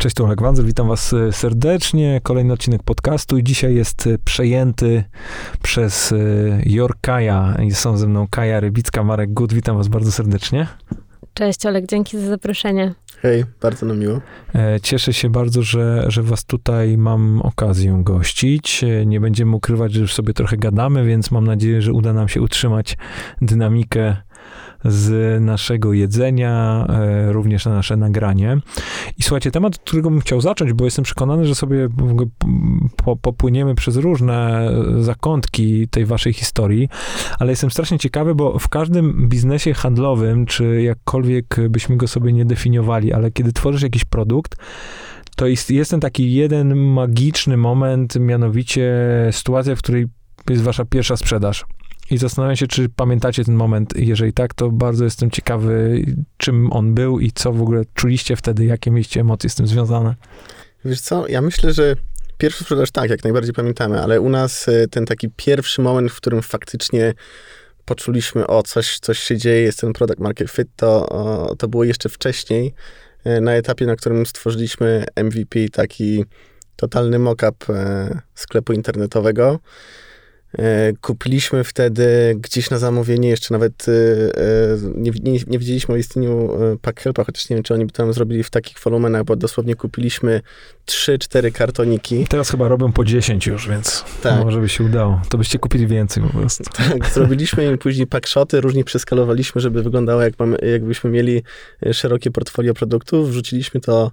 Cześć, tu Olek Wanzer, witam was serdecznie. Kolejny odcinek podcastu i dzisiaj jest przejęty przez Yorkaja. Są ze mną Kaja Rybicka, Marek Gut. Witam was bardzo serdecznie. Cześć Olek, dzięki za zaproszenie. Hej, bardzo nam miło. Cieszę się bardzo, że was tutaj mam okazję gościć. Nie będziemy ukrywać, że już sobie trochę gadamy, więc mam nadzieję, że uda nam się utrzymać dynamikę z naszego jedzenia, również na nasze nagranie. I słuchajcie, temat, od którego bym chciał zacząć, bo jestem przekonany, że sobie popłyniemy przez różne zakątki tej waszej historii, ale jestem strasznie ciekawy, bo w każdym biznesie handlowym, czy jakkolwiek byśmy go sobie nie definiowali, ale kiedy tworzysz jakiś produkt, to jest ten taki jeden magiczny moment, mianowicie sytuacja, w której jest wasza pierwsza sprzedaż. I zastanawiam się, czy pamiętacie ten moment. Jeżeli tak, to bardzo jestem ciekawy, czym on był i co w ogóle czuliście wtedy, jakie mieliście emocje z tym związane. Wiesz co, ja myślę, że pierwszą sprzedaż tak, jak najbardziej pamiętamy, ale u nas ten taki pierwszy moment, w którym faktycznie poczuliśmy, coś się dzieje, jest ten product market fit, to było jeszcze wcześniej, na etapie, na którym stworzyliśmy MVP, taki totalny mock-up sklepu internetowego. Kupiliśmy wtedy gdzieś na zamówienie, jeszcze nawet nie wiedzieliśmy o istnieniu PackHelpa, chociaż nie wiem, czy oni by to nam zrobili w takich wolumenach, bo dosłownie kupiliśmy 3-4 kartoniki. Teraz chyba robią po 10 już, więc tak. Może by się udało. To byście kupili więcej po prostu. Tak, zrobiliśmy im później packshoty, różnie przeskalowaliśmy, żeby wyglądało jakbyśmy mieli szerokie portfolio produktów. Wrzuciliśmy to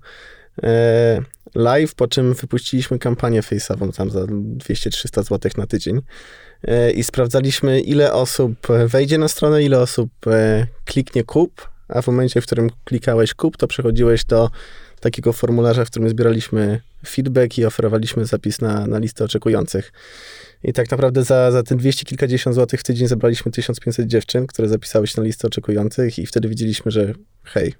live, po czym wypuściliśmy kampanię face'ową tam za 200-300 zł na tydzień i sprawdzaliśmy, ile osób wejdzie na stronę, ile osób kliknie kup, a w momencie, w którym klikałeś kup, to przechodziłeś do takiego formularza, w którym zbieraliśmy feedback i oferowaliśmy zapis na listę oczekujących. I tak naprawdę za te 200 kilkadziesiąt złotych w tydzień zebraliśmy 1500 dziewczyn, które zapisały się na listę oczekujących i wtedy widzieliśmy, że hej,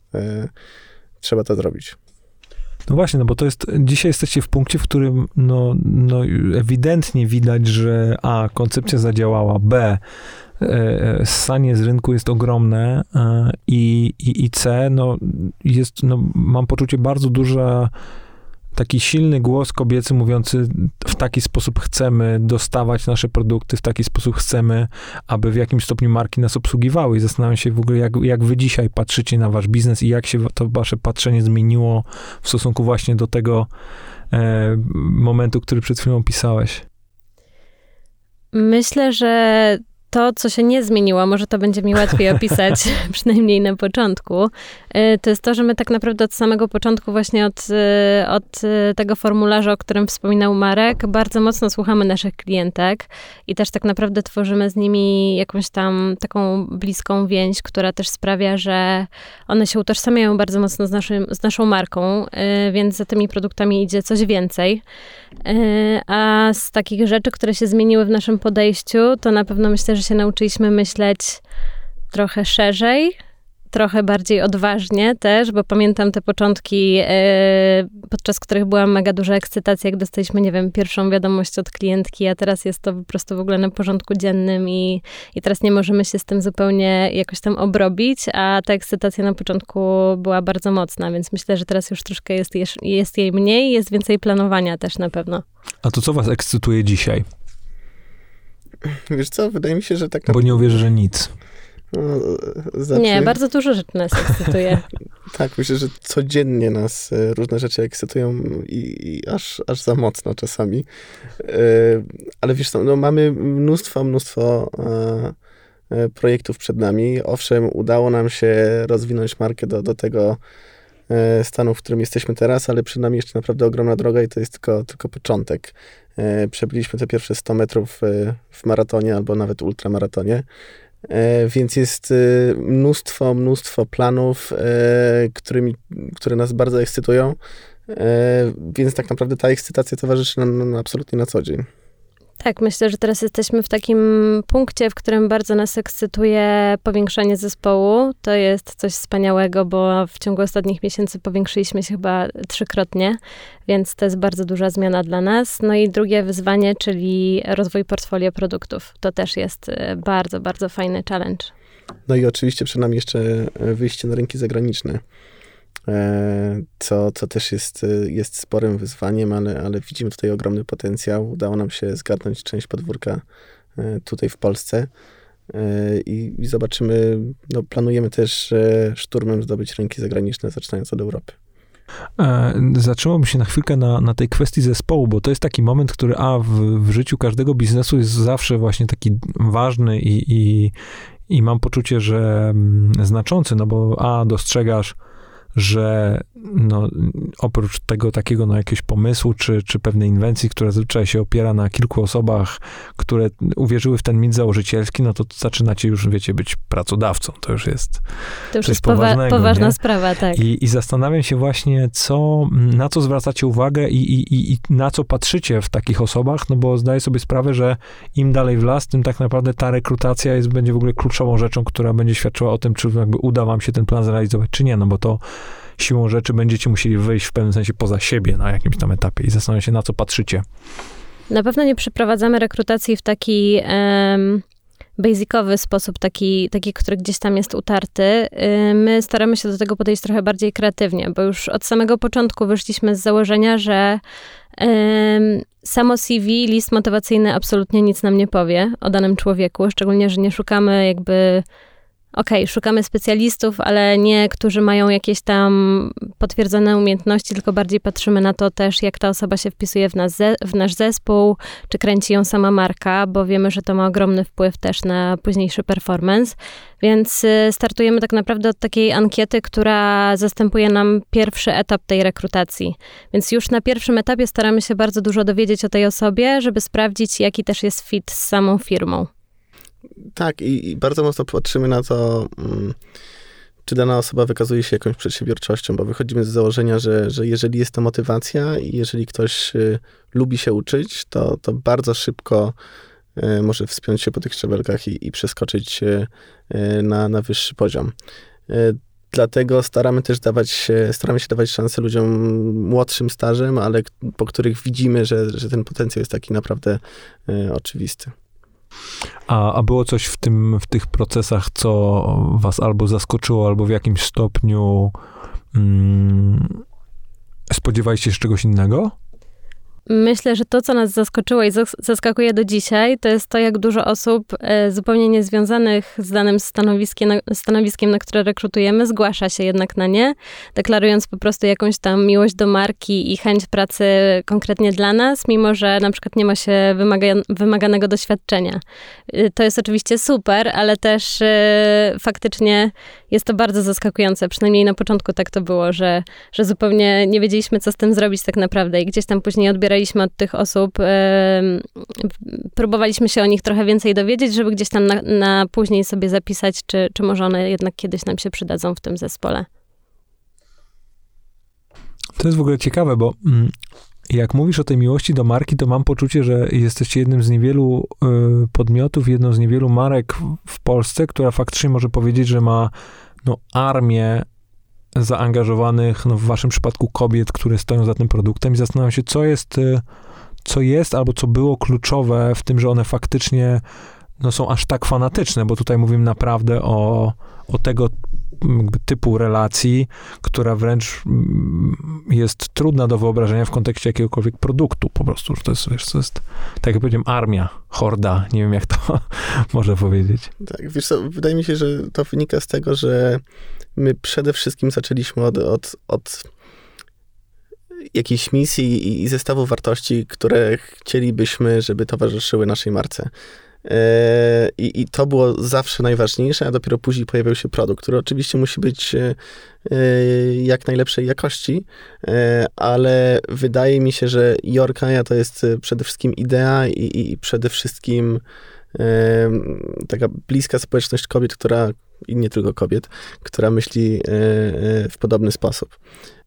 trzeba to zrobić. No właśnie, no bo to jest, dzisiaj jesteście w punkcie, w którym no ewidentnie widać, że A, koncepcja zadziałała, B, ssanie z rynku jest ogromne i C, mam poczucie bardzo duża, taki silny głos kobiecy mówiący, w taki sposób chcemy dostawać nasze produkty, w taki sposób chcemy, aby w jakimś stopniu marki nas obsługiwały. I zastanawiam się w ogóle, jak wy dzisiaj patrzycie na wasz biznes i jak się to wasze patrzenie zmieniło w stosunku właśnie do tego momentu, który przed chwilą opisałeś. Myślę, że to, co się nie zmieniło, może to będzie mi łatwiej opisać, przynajmniej na początku, to jest to, że my tak naprawdę od samego początku, właśnie od tego formularza, o którym wspominał Marek, bardzo mocno słuchamy naszych klientek i też tak naprawdę tworzymy z nimi jakąś tam taką bliską więź, która też sprawia, że one się utożsamiają bardzo mocno z naszą marką, więc za tymi produktami idzie coś więcej. A z takich rzeczy, które się zmieniły w naszym podejściu, to na pewno myślę, że się nauczyliśmy myśleć trochę szerzej, trochę bardziej odważnie też, bo pamiętam te początki, podczas których była mega duża ekscytacja, jak dostaliśmy, nie wiem, pierwszą wiadomość od klientki, a teraz jest to po prostu w ogóle na porządku dziennym i teraz nie możemy się z tym zupełnie jakoś tam obrobić, a ta ekscytacja na początku była bardzo mocna, więc myślę, że teraz już troszkę jest jej mniej, jest więcej planowania też na pewno. A to co was ekscytuje dzisiaj? Wiesz co, wydaje mi się, że tak naprawdę... Bo nie uwierzę, że nic. Nie, bardzo dużo rzeczy nas ekscytuje. Tak, myślę, że codziennie nas różne rzeczy ekscytują i aż za mocno czasami. Ale wiesz co, mamy mnóstwo projektów przed nami. Owszem, udało nam się rozwinąć markę do tego stanu, w którym jesteśmy teraz, ale przed nami jeszcze naprawdę ogromna droga i to jest tylko początek. Przebyliśmy te pierwsze 100 metrów w maratonie albo nawet ultramaratonie. Więc jest mnóstwo planów, które nas bardzo ekscytują, więc tak naprawdę ta ekscytacja towarzyszy nam absolutnie na co dzień. Tak, myślę, że teraz jesteśmy w takim punkcie, w którym bardzo nas ekscytuje powiększanie zespołu. To jest coś wspaniałego, bo w ciągu ostatnich miesięcy powiększyliśmy się chyba 3-krotnie, więc to jest bardzo duża zmiana dla nas. No i drugie wyzwanie, czyli rozwój portfolio produktów. To też jest bardzo, bardzo fajny challenge. No i oczywiście przed nami jeszcze wyjście na rynki zagraniczne. co też jest sporym wyzwaniem, ale widzimy tutaj ogromny potencjał. Udało nam się zgarnąć część podwórka tutaj w Polsce i zobaczymy, planujemy też szturmem zdobyć rynki zagraniczne, zaczynając od Europy. Zatrzymałbym się na chwilkę na tej kwestii zespołu, bo to jest taki moment, który w życiu każdego biznesu jest zawsze właśnie taki ważny i mam poczucie, że znaczący, no bo dostrzegasz, że oprócz tego takiego jakiegoś pomysłu, czy pewnej inwencji, która zazwyczaj się opiera na kilku osobach, które uwierzyły w ten mit założycielski, to zaczynacie już, być pracodawcą. To już jest coś poważnego, poważna sprawa, tak. I zastanawiam się właśnie, na co zwracacie uwagę i na co patrzycie w takich osobach, bo zdaję sobie sprawę, że im dalej w las, tym tak naprawdę ta rekrutacja będzie w ogóle kluczową rzeczą, która będzie świadczyła o tym, czy uda wam się ten plan zrealizować, czy nie, bo to siłą rzeczy będziecie musieli wyjść w pewnym sensie poza siebie na jakimś tam etapie i zastanawiam się, na co patrzycie. Na pewno nie przeprowadzamy rekrutacji w taki basicowy sposób, taki, który gdzieś tam jest utarty. My staramy się do tego podejść trochę bardziej kreatywnie, bo już od samego początku wyszliśmy z założenia, że samo CV, list motywacyjny absolutnie nic nam nie powie o danym człowieku, szczególnie, że nie szukamy szukamy specjalistów, ale nie, którzy mają jakieś tam potwierdzone umiejętności, tylko bardziej patrzymy na to też, jak ta osoba się wpisuje w nasz zespół, czy kręci ją sama marka, bo wiemy, że to ma ogromny wpływ też na późniejszy performance. Więc startujemy tak naprawdę od takiej ankiety, która zastępuje nam pierwszy etap tej rekrutacji. Więc już na pierwszym etapie staramy się bardzo dużo dowiedzieć o tej osobie, żeby sprawdzić, jaki też jest fit z samą firmą. Tak, i bardzo mocno patrzymy na to, czy dana osoba wykazuje się jakąś przedsiębiorczością, bo wychodzimy z założenia, że jeżeli jest to motywacja i jeżeli ktoś lubi się uczyć, to bardzo szybko może wspiąć się po tych szczebelkach i przeskoczyć na wyższy poziom. Dlatego staramy się dawać szansę ludziom młodszym stażem, ale po których widzimy, że ten potencjał jest taki naprawdę oczywisty. A było coś w tych procesach, co was albo zaskoczyło, albo w jakimś stopniu spodziewaliście się czegoś innego? Myślę, że to, co nas zaskoczyło i zaskakuje do dzisiaj, to jest to, jak dużo osób zupełnie niezwiązanych z danym stanowiskiem, na które rekrutujemy, zgłasza się jednak na nie, deklarując po prostu jakąś tam miłość do marki i chęć pracy konkretnie dla nas, mimo że na przykład nie ma się wymaganego doświadczenia. To jest oczywiście super, ale też faktycznie jest to bardzo zaskakujące. Przynajmniej na początku tak to było, że zupełnie nie wiedzieliśmy, co z tym zrobić tak naprawdę i gdzieś tam później odbieraliśmy od tych osób, próbowaliśmy się o nich trochę więcej dowiedzieć, żeby gdzieś tam na później sobie zapisać, czy może one jednak kiedyś nam się przydadzą w tym zespole. To jest w ogóle ciekawe, bo jak mówisz o tej miłości do marki, to mam poczucie, że jesteście jednym z niewielu podmiotów, jedną z niewielu marek w Polsce, która faktycznie może powiedzieć, że ma armię zaangażowanych, w waszym przypadku kobiet, które stoją za tym produktem i zastanawiam się, co jest albo co było kluczowe w tym, że one faktycznie są aż tak fanatyczne, bo tutaj mówimy naprawdę o tego typu relacji, która wręcz jest trudna do wyobrażenia w kontekście jakiegokolwiek produktu po prostu, że to jest, to jest, tak jak powiedziałem, armia, horda, nie wiem jak to można powiedzieć. Tak, wiesz co, wydaje mi się, że to wynika z tego, że my przede wszystkim zaczęliśmy od jakiejś misji i zestawu wartości, które chcielibyśmy, żeby towarzyszyły naszej marce. I to było zawsze najważniejsze, a dopiero później pojawiał się produkt, który oczywiście musi być jak najlepszej jakości, ale wydaje mi się, że Yorkaya to jest przede wszystkim idea i przede wszystkim taka bliska społeczność kobiet, i nie tylko kobiet, która myśli w podobny sposób.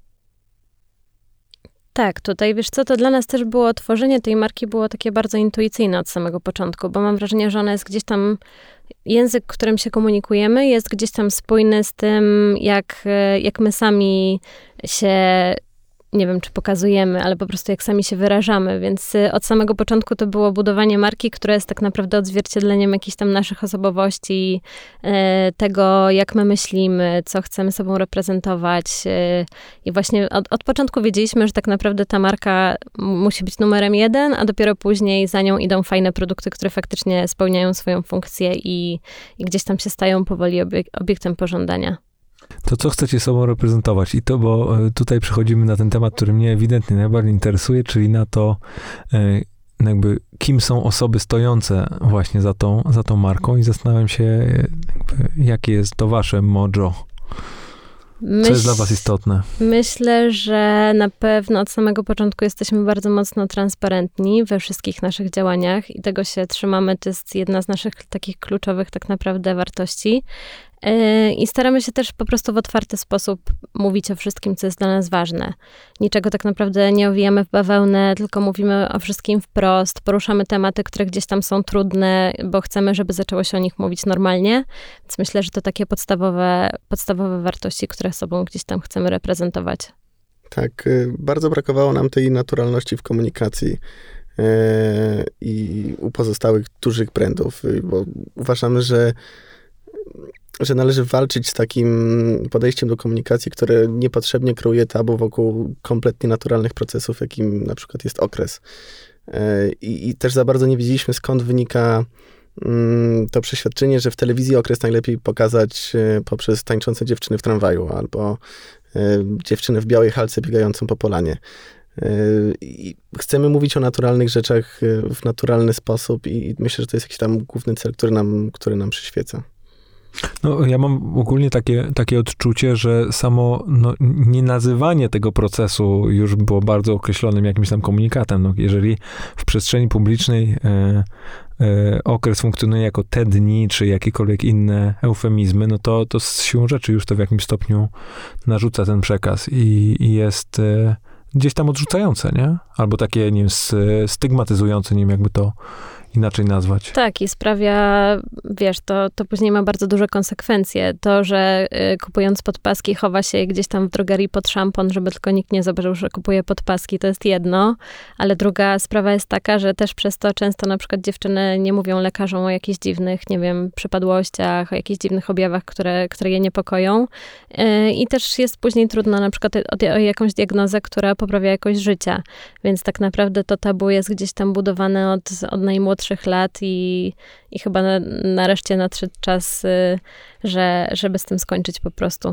Tak, tutaj wiesz co, to dla nas też było, tworzenie tej marki było takie bardzo intuicyjne od samego początku, bo mam wrażenie, że ona jest gdzieś tam, język, którym się komunikujemy, jest gdzieś tam spójny z tym, jak my sami się nie wiem, czy pokazujemy, ale po prostu jak sami się wyrażamy, więc od samego początku to było budowanie marki, która jest tak naprawdę odzwierciedleniem jakichś tam naszych osobowości, tego, jak my myślimy, co chcemy sobą reprezentować i właśnie od początku wiedzieliśmy, że tak naprawdę ta marka musi być numerem 1, a dopiero później za nią idą fajne produkty, które faktycznie spełniają swoją funkcję i gdzieś tam się stają powoli obiektem pożądania. To co chcecie sobą reprezentować? I to, bo tutaj przechodzimy na ten temat, który mnie ewidentnie najbardziej interesuje, czyli na to, jakby kim są osoby stojące właśnie za tą marką i zastanawiam się, jakie jest to wasze mojo. Co jest dla was istotne? Myślę, że na pewno od samego początku jesteśmy bardzo mocno transparentni we wszystkich naszych działaniach i tego się trzymamy. To jest jedna z naszych takich kluczowych tak naprawdę wartości. I staramy się też po prostu w otwarty sposób mówić o wszystkim, co jest dla nas ważne. Niczego tak naprawdę nie owijamy w bawełnę, tylko mówimy o wszystkim wprost. Poruszamy tematy, które gdzieś tam są trudne, bo chcemy, żeby zaczęło się o nich mówić normalnie. Więc myślę, że to takie podstawowe wartości, które sobą gdzieś tam chcemy reprezentować. Tak, bardzo brakowało nam tej naturalności w komunikacji i u pozostałych dużych brandów, bo uważamy, że należy walczyć z takim podejściem do komunikacji, które niepotrzebnie kreuje tabu wokół kompletnie naturalnych procesów, jakim na przykład jest okres. I też za bardzo nie wiedzieliśmy, skąd wynika to przeświadczenie, że w telewizji okres najlepiej pokazać poprzez tańczące dziewczyny w tramwaju albo dziewczynę w białej halce biegającą po polanie. I chcemy mówić o naturalnych rzeczach w naturalny sposób i myślę, że to jest jakiś tam główny cel, który nam przyświeca. No, ja mam ogólnie takie odczucie, że samo nie nazywanie tego procesu już było bardzo określonym jakimś tam komunikatem. No, jeżeli w przestrzeni publicznej okres funkcjonuje jako te dni, czy jakiekolwiek inne eufemizmy, no to z siłą rzeczy już to w jakimś stopniu narzuca ten przekaz i jest gdzieś tam odrzucające, nie? Albo takie, nie wiem, stygmatyzujące, nie wiem, jakby to inaczej nazwać. Tak, i sprawia, wiesz, to później ma bardzo duże konsekwencje. To, że kupując podpaski chowa się gdzieś tam w drogerii pod szampon, żeby tylko nikt nie zobaczył, że kupuje podpaski, to jest jedno, ale druga sprawa jest taka, że też przez to często na przykład dziewczyny nie mówią lekarzom o jakichś dziwnych, nie wiem, przypadłościach, o jakichś dziwnych objawach, które je niepokoją. I też jest później trudno na przykład o jakąś diagnozę, która poprawia jakość życia. Więc tak naprawdę to tabu jest gdzieś tam budowane od najmłodszych lat i chyba nareszcie nadszedł czas, żeby z tym skończyć po prostu.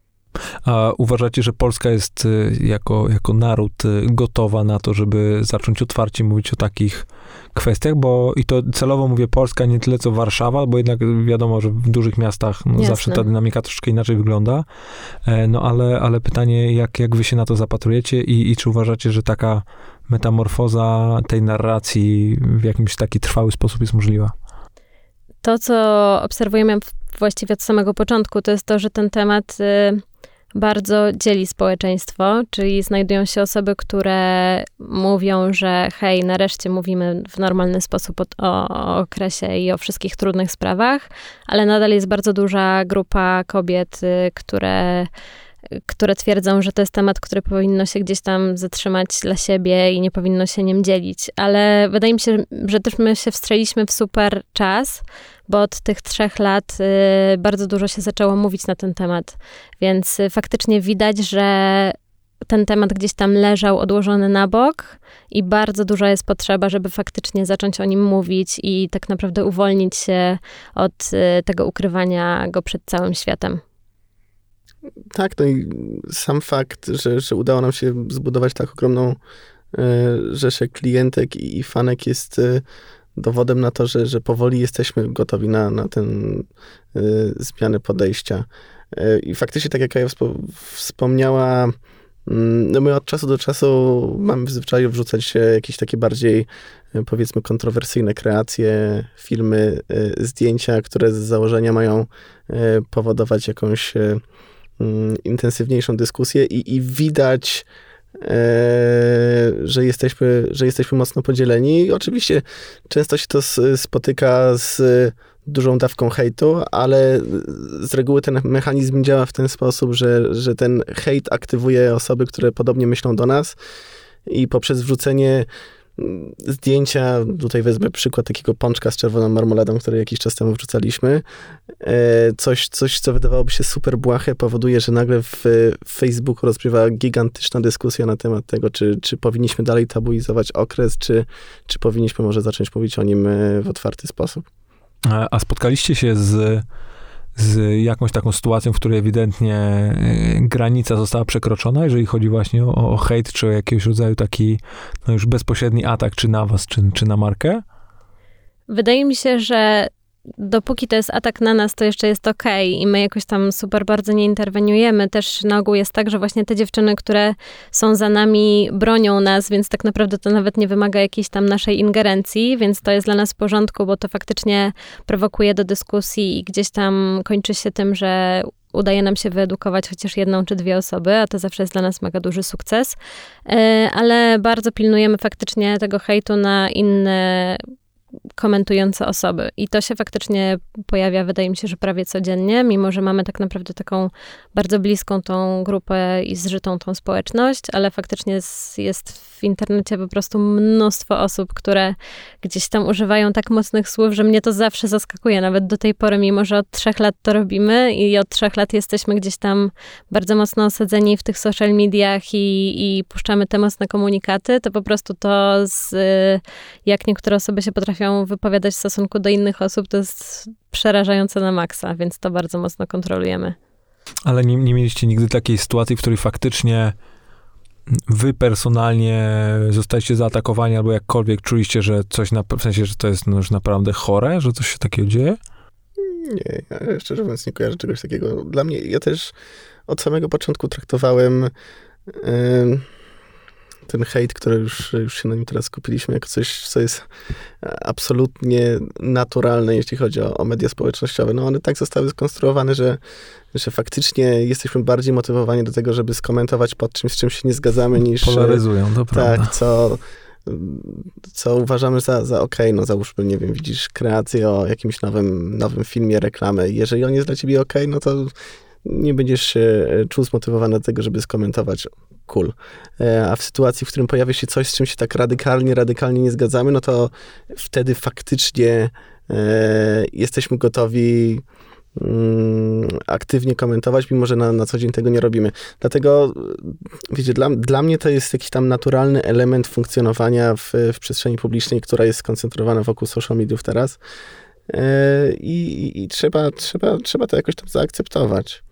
A uważacie, że Polska jest jako naród gotowa na to, żeby zacząć otwarcie mówić o takich kwestiach? Bo i to celowo mówię Polska, nie tyle co Warszawa, bo jednak wiadomo, że w dużych miastach zawsze ta dynamika troszkę inaczej wygląda. No ale pytanie, jak wy się na to zapatrujecie i czy uważacie, że taka metamorfoza tej narracji w jakimś taki trwały sposób jest możliwa? To, co obserwujemy właściwie od samego początku, to jest to, że ten temat bardzo dzieli społeczeństwo, czyli znajdują się osoby, które mówią, że hej, nareszcie mówimy w normalny sposób o okresie i o wszystkich trudnych sprawach, ale nadal jest bardzo duża grupa kobiet, które twierdzą, że to jest temat, który powinno się gdzieś tam zatrzymać dla siebie i nie powinno się nim dzielić. Ale wydaje mi się, że też my się wstrzeliśmy w super czas, bo od tych 3 lat bardzo dużo się zaczęło mówić na ten temat. Więc faktycznie widać, że ten temat gdzieś tam leżał odłożony na bok i bardzo duża jest potrzeba, żeby faktycznie zacząć o nim mówić i tak naprawdę uwolnić się od tego ukrywania go przed całym światem. Tak, no i sam fakt, że udało nam się zbudować tak ogromną rzeszę klientek i fanek jest dowodem na to, że powoli jesteśmy gotowi na tę zmianę podejścia. I faktycznie, tak jak Kaja wspomniała, no my od czasu do czasu mamy w zwyczaju wrzucać jakieś takie bardziej, powiedzmy, kontrowersyjne kreacje, filmy, zdjęcia, które z założenia mają powodować jakąś intensywniejszą dyskusję i widać, że jesteśmy mocno podzieleni. I oczywiście często się to spotyka z dużą dawką hejtu, ale z reguły ten mechanizm działa w ten sposób, że ten hejt aktywuje osoby, które podobnie myślą do nas i poprzez wrzucenie zdjęcia, tutaj wezmę przykład takiego pączka z czerwoną marmoladą, który jakiś czas temu wrzucaliśmy, coś, co wydawałoby się super błahe, powoduje, że nagle w Facebooku rozgrywa gigantyczna dyskusja na temat tego, czy powinniśmy dalej tabuizować okres, czy powinniśmy może zacząć mówić o nim w otwarty sposób. A spotkaliście się z jakąś taką sytuacją, w której ewidentnie granica została przekroczona, jeżeli chodzi właśnie o hejt, czy o jakiegoś rodzaju taki już bezpośredni atak, czy na was, czy na markę? Wydaje mi się, że dopóki to jest atak na nas, to jeszcze jest okej i my jakoś tam super bardzo nie interweniujemy. Też na ogół jest tak, że właśnie te dziewczyny, które są za nami, bronią nas, więc tak naprawdę to nawet nie wymaga jakiejś tam naszej ingerencji, więc to jest dla nas w porządku, bo to faktycznie prowokuje do dyskusji i gdzieś tam kończy się tym, że udaje nam się wyedukować chociaż jedną czy dwie osoby, a to zawsze jest dla nas mega duży sukces. Ale bardzo pilnujemy faktycznie tego hejtu na inne komentujące osoby. I to się faktycznie pojawia, wydaje mi się, że prawie codziennie, mimo że mamy tak naprawdę taką bardzo bliską tą grupę i zżytą tą społeczność, ale faktycznie jest w internecie po prostu mnóstwo osób, które gdzieś tam używają tak mocnych słów, że mnie to zawsze zaskakuje, nawet do tej pory, mimo że od 3 lat to robimy i od 3 lat jesteśmy gdzieś tam bardzo mocno osadzeni w tych social mediach i puszczamy te mocne komunikaty, to po prostu to jak niektóre osoby się potrafią wypowiadać w stosunku do innych osób, to jest przerażające na maksa, więc to bardzo mocno kontrolujemy. Ale nie mieliście nigdy takiej sytuacji, w której faktycznie wy personalnie zostaliście zaatakowani albo jakkolwiek czuliście, że coś, w sensie, że to jest już naprawdę chore, że coś się takiego dzieje? Nie, ja szczerze mówiąc nie kojarzę czegoś takiego. Dla mnie, ja też od samego początku traktowałem ten hejt, który już się na nim teraz skupiliśmy, jako coś, co jest absolutnie naturalne, jeśli chodzi o media społecznościowe. No one tak zostały skonstruowane, że faktycznie jesteśmy bardziej motywowani do tego, żeby skomentować pod czymś, z czym się nie zgadzamy, niż... Polaryzują, to prawda. Tak, co uważamy za okej. No załóżmy, nie wiem, widzisz kreację o jakimś nowym filmie, reklamę. Jeżeli on jest dla ciebie okej, no to nie będziesz się czuł zmotywowany do tego, żeby skomentować. Cool. A w sytuacji, w którym pojawia się coś, z czym się tak radykalnie nie zgadzamy, no to wtedy faktycznie jesteśmy gotowi aktywnie komentować, mimo że na co dzień tego nie robimy. Dlatego, wiecie, dla mnie to jest jakiś tam naturalny element funkcjonowania w przestrzeni publicznej, która jest skoncentrowana wokół social mediów teraz. I trzeba to jakoś tam zaakceptować.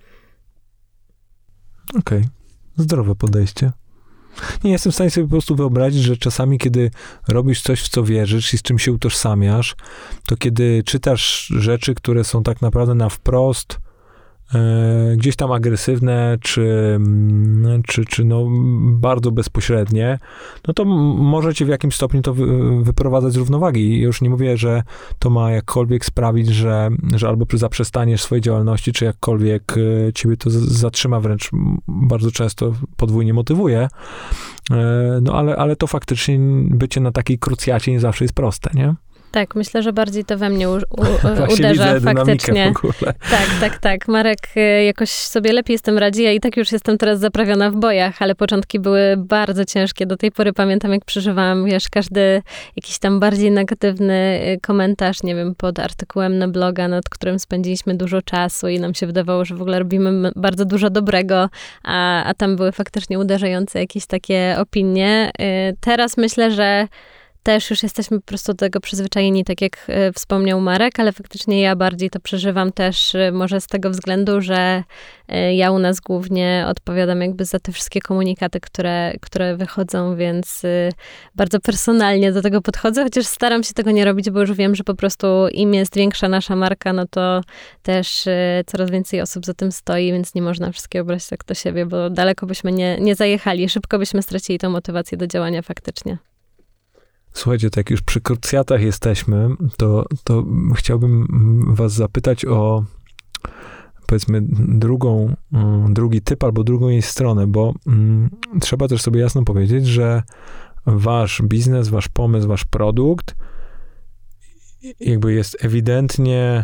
Okej. Zdrowe podejście. Nie jestem w stanie sobie po prostu wyobrazić, że czasami, kiedy robisz coś, w co wierzysz i z czym się utożsamiasz, to kiedy czytasz rzeczy, które są tak naprawdę na wprost gdzieś tam agresywne, czy no bardzo bezpośrednie, no to może cię w jakimś stopniu to wyprowadzać z równowagi. I już nie mówię, że to ma jakkolwiek sprawić, że albo zaprzestaniesz swojej działalności, czy jakkolwiek ciebie to zatrzyma, wręcz bardzo często podwójnie motywuje. No ale to faktycznie bycie na takiej krucjacie nie zawsze jest proste, nie? Tak, myślę, że bardziej to we mnie uderza faktycznie. W ogóle. Tak. Marek jakoś sobie lepiej z tym radzi. Ja i tak już jestem teraz zaprawiona w bojach, ale początki były bardzo ciężkie. Do tej pory pamiętam, jak przeżywałam, każdy jakiś tam bardziej negatywny komentarz, nie wiem, pod artykułem na bloga, nad którym spędziliśmy dużo czasu i nam się wydawało, że w ogóle robimy bardzo dużo dobrego, a tam były faktycznie uderzające jakieś takie opinie. Teraz myślę, że też już jesteśmy po prostu do tego przyzwyczajeni, tak jak wspomniał Marek, ale faktycznie ja bardziej to przeżywam też może z tego względu, że ja u nas głównie odpowiadam jakby za te wszystkie komunikaty, które wychodzą, więc bardzo personalnie do tego podchodzę, chociaż staram się tego nie robić, bo już wiem, że po prostu im jest większa nasza marka, no to też coraz więcej osób za tym stoi, więc nie można wszystkiego brać tak do siebie, bo daleko byśmy nie zajechali, szybko byśmy stracili tę motywację do działania faktycznie. Słuchajcie, tak już przy krucjatach jesteśmy, to chciałbym was zapytać o, powiedzmy, drugi typ albo drugą jej stronę, bo trzeba też sobie jasno powiedzieć, że wasz biznes, wasz pomysł, wasz produkt jakby jest ewidentnie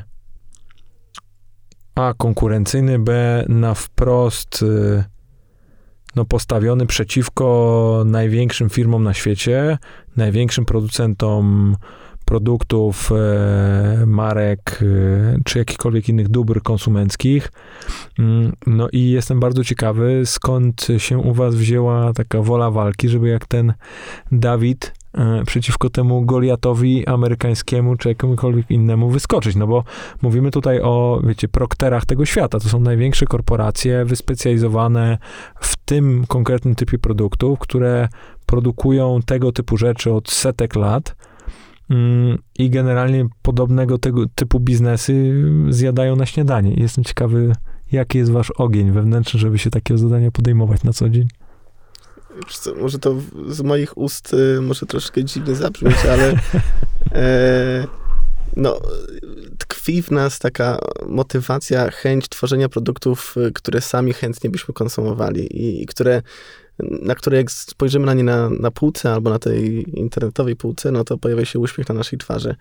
A, konkurencyjny, B, na wprost postawiony przeciwko największym firmom na świecie, największym producentom produktów, marek, czy jakichkolwiek innych dóbr konsumenckich. No i jestem bardzo ciekawy, skąd się u was wzięła taka wola walki, żeby jak ten Dawid przeciwko temu Goliatowi amerykańskiemu, czy jakiemukolwiek innemu wyskoczyć, no bo mówimy tutaj o, wiecie, Procterach tego świata. To są największe korporacje wyspecjalizowane w tym konkretnym typie produktów, które produkują tego typu rzeczy od setek lat i generalnie podobnego tego typu biznesy zjadają na śniadanie. I jestem ciekawy, jaki jest wasz ogień wewnętrzny, żeby się takiego zadania podejmować na co dzień. Może to z moich ust może troszkę dziwnie zabrzmieć, ale tkwi w nas taka motywacja, chęć tworzenia produktów, które sami chętnie byśmy konsumowali i na które jak spojrzymy na nie na półce albo na tej internetowej półce, no to pojawia się uśmiech na naszej twarzy.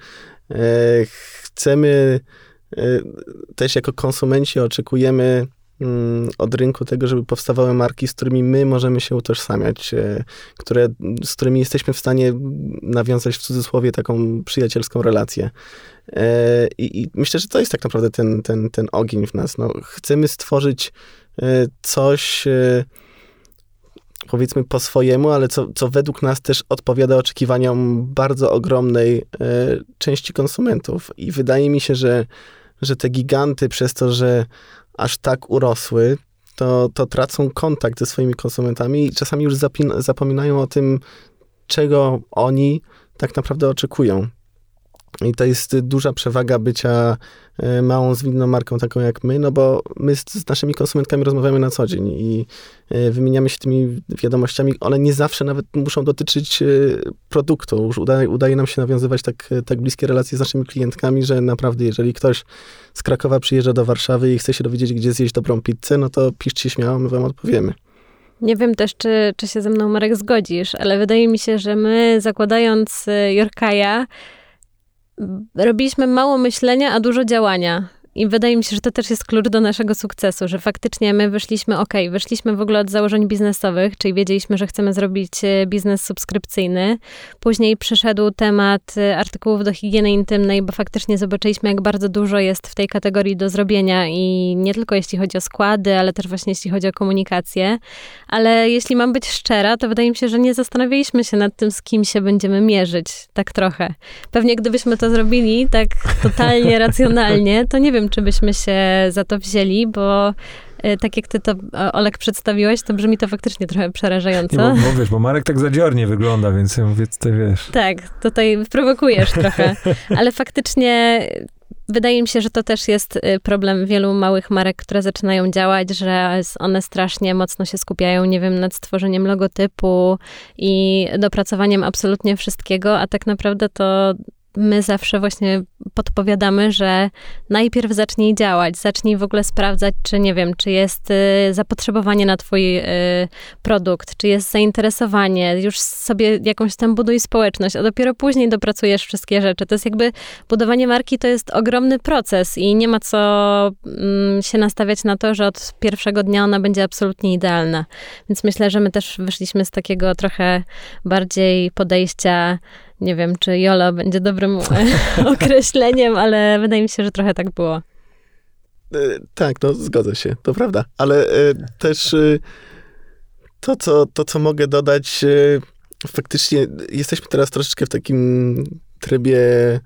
Chcemy też jako konsumenci oczekujemy od rynku tego, żeby powstawały marki, z którymi my możemy się utożsamiać, z którymi jesteśmy w stanie nawiązać w cudzysłowie taką przyjacielską relację. I myślę, że to jest tak naprawdę ten ogień w nas. No, chcemy stworzyć coś, powiedzmy po swojemu, ale co według nas też odpowiada oczekiwaniom bardzo ogromnej części konsumentów. I wydaje mi się, że te giganty przez to, że aż tak urosły, to tracą kontakt ze swoimi konsumentami i czasami już zapominają o tym, czego oni tak naprawdę oczekują. I to jest duża przewaga bycia małą, zwinną marką taką jak my, no bo my z naszymi konsumentkami rozmawiamy na co dzień i wymieniamy się tymi wiadomościami. One nie zawsze nawet muszą dotyczyć produktu. Już udaje nam się nawiązywać tak bliskie relacje z naszymi klientkami, że naprawdę jeżeli ktoś z Krakowa przyjeżdża do Warszawy i chce się dowiedzieć, gdzie zjeść dobrą pizzę, no to piszcie śmiało, my wam odpowiemy. Nie wiem też, czy się ze mną, Marek, zgodzisz, ale wydaje mi się, że my, zakładając Yorkaja, robiliśmy mało myślenia, a dużo działania. I wydaje mi się, że to też jest klucz do naszego sukcesu, że faktycznie my wyszliśmy w ogóle od założeń biznesowych, czyli wiedzieliśmy, że chcemy zrobić biznes subskrypcyjny. Później przyszedł temat artykułów do higieny intymnej, bo faktycznie zobaczyliśmy, jak bardzo dużo jest w tej kategorii do zrobienia i nie tylko jeśli chodzi o składy, ale też właśnie jeśli chodzi o komunikację. Ale jeśli mam być szczera, to wydaje mi się, że nie zastanawialiśmy się nad tym, z kim się będziemy mierzyć. Tak trochę. Pewnie gdybyśmy to zrobili tak totalnie racjonalnie, to nie wiem, czy byśmy się za to wzięli, bo tak jak ty to, Olek, przedstawiłeś, to brzmi to faktycznie trochę przerażająco. Nie, bo Marek tak zadziornie wygląda, więc ja mówię, ty wiesz. Tak, tutaj prowokujesz trochę, ale faktycznie wydaje mi się, że to też jest problem wielu małych marek, które zaczynają działać, że one strasznie mocno się skupiają, nie wiem, nad stworzeniem logotypu i dopracowaniem absolutnie wszystkiego, a tak naprawdę to my zawsze właśnie podpowiadamy, że najpierw zacznij działać, zacznij w ogóle sprawdzać, czy nie wiem, czy jest zapotrzebowanie na twój produkt, czy jest zainteresowanie, już sobie jakąś tam buduj społeczność, a dopiero później dopracujesz wszystkie rzeczy. To jest jakby, budowanie marki to jest ogromny proces i nie ma co się nastawiać na to, że od pierwszego dnia ona będzie absolutnie idealna. Więc myślę, że my też wyszliśmy z takiego trochę bardziej podejścia, nie wiem, czy YOLO będzie dobrym określeniem, ale wydaje mi się, że trochę tak było. Tak, no zgodzę się, to prawda. Ale też to, co mogę dodać, faktycznie jesteśmy teraz troszeczkę w takim trybie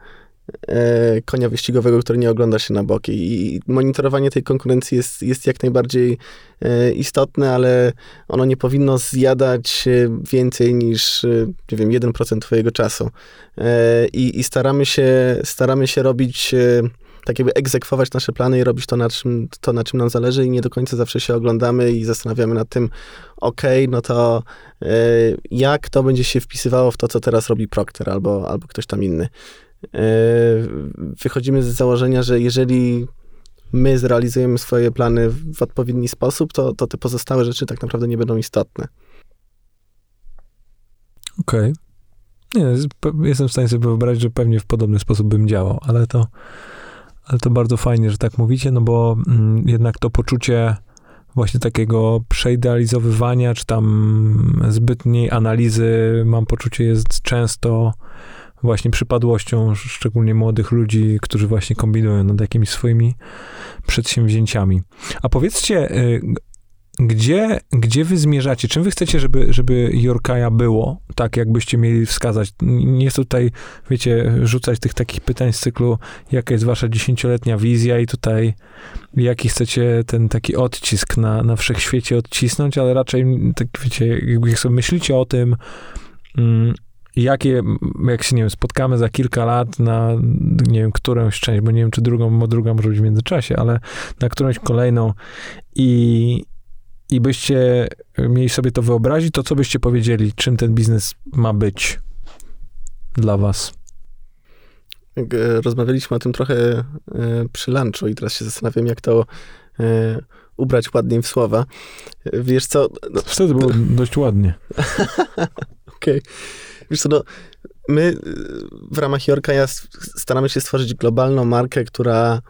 konia wyścigowego, który nie ogląda się na boki i monitorowanie tej konkurencji jest jak najbardziej istotne, ale ono nie powinno zjadać więcej niż, nie wiem, 1% twojego czasu. I staramy się robić, tak jakby egzekwować nasze plany i robić to, na czym nam zależy i nie do końca zawsze się oglądamy i zastanawiamy nad tym, no to jak to będzie się wpisywało w to, co teraz robi Procter albo ktoś tam inny. Wychodzimy z założenia, że jeżeli my zrealizujemy swoje plany w odpowiedni sposób, to te pozostałe rzeczy tak naprawdę nie będą istotne. Okej. Nie, jestem w stanie sobie wyobrazić, że pewnie w podobny sposób bym działał, ale to bardzo fajnie, że tak mówicie, no bo jednak to poczucie właśnie takiego przeidealizowywania, czy tam zbytniej analizy, mam poczucie, jest często właśnie przypadłością, szczególnie młodych ludzi, którzy właśnie kombinują nad jakimiś swoimi przedsięwzięciami. A powiedzcie, gdzie wy zmierzacie? Czym wy chcecie, żeby Yorkaya było? Tak, jakbyście mieli wskazać. Nie chcę tutaj, wiecie, rzucać tych takich pytań z cyklu, jaka jest wasza 10-letnia wizja i tutaj jaki chcecie ten taki odcisk na wszechświecie odcisnąć, ale raczej, tak wiecie, jak sobie myślicie o tym, jak się, nie wiem, spotkamy za kilka lat na, nie wiem, którąś część, bo nie wiem, czy druga może być w międzyczasie, ale na którąś kolejną i byście mieli sobie to wyobrazić, to co byście powiedzieli, czym ten biznes ma być dla was? Rozmawialiśmy o tym trochę przy lunchu i teraz się zastanawiam, jak to ubrać ładniej w słowa. Wiesz co? No, wtedy było dość ładnie. Okej. Wiesz co, no, my w ramach Yorkaya staramy się stworzyć globalną markę, która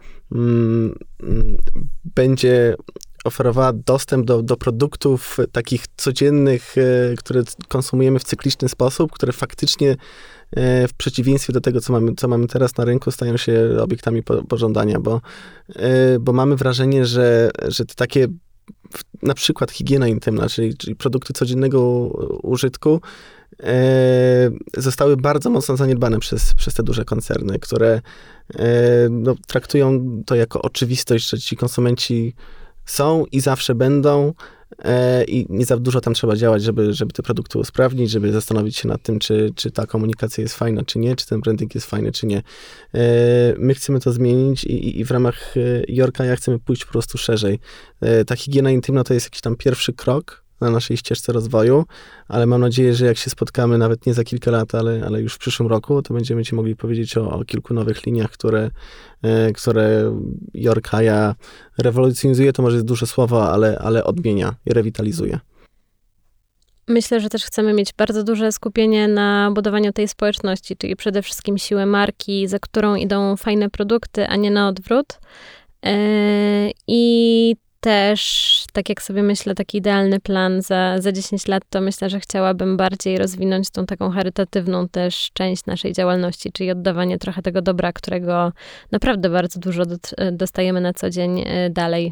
będzie oferowała dostęp do produktów takich codziennych, które konsumujemy w cykliczny sposób, które faktycznie w przeciwieństwie do tego, co mamy teraz na rynku, stają się obiektami pożądania, bo mamy wrażenie, że te takie na przykład higiena intymna, czyli produkty codziennego użytku, zostały bardzo mocno zaniedbane przez te duże koncerny, które traktują to jako oczywistość, że ci konsumenci są i zawsze będą i nie za dużo tam trzeba działać, żeby te produkty usprawnić, żeby zastanowić się nad tym, czy ta komunikacja jest fajna, czy nie, czy ten branding jest fajny, czy nie. My chcemy to zmienić i w ramach Yorkaya chcemy pójść po prostu szerzej. Ta higiena intymna to jest jakiś tam pierwszy krok na naszej ścieżce rozwoju, ale mam nadzieję, że jak się spotkamy nawet nie za kilka lat, ale już w przyszłym roku, to będziemy ci mogli powiedzieć o kilku nowych liniach, które Yorkaya rewolucjonizuje, to może jest duże słowo, ale odmienia i rewitalizuje. Myślę, że też chcemy mieć bardzo duże skupienie na budowaniu tej społeczności, czyli przede wszystkim siłę marki, za którą idą fajne produkty, a nie na odwrót. I też, tak jak sobie myślę, taki idealny plan za 10 lat, to myślę, że chciałabym bardziej rozwinąć tą taką charytatywną też część naszej działalności, czyli oddawanie trochę tego dobra, którego naprawdę bardzo dużo dostajemy na co dzień dalej.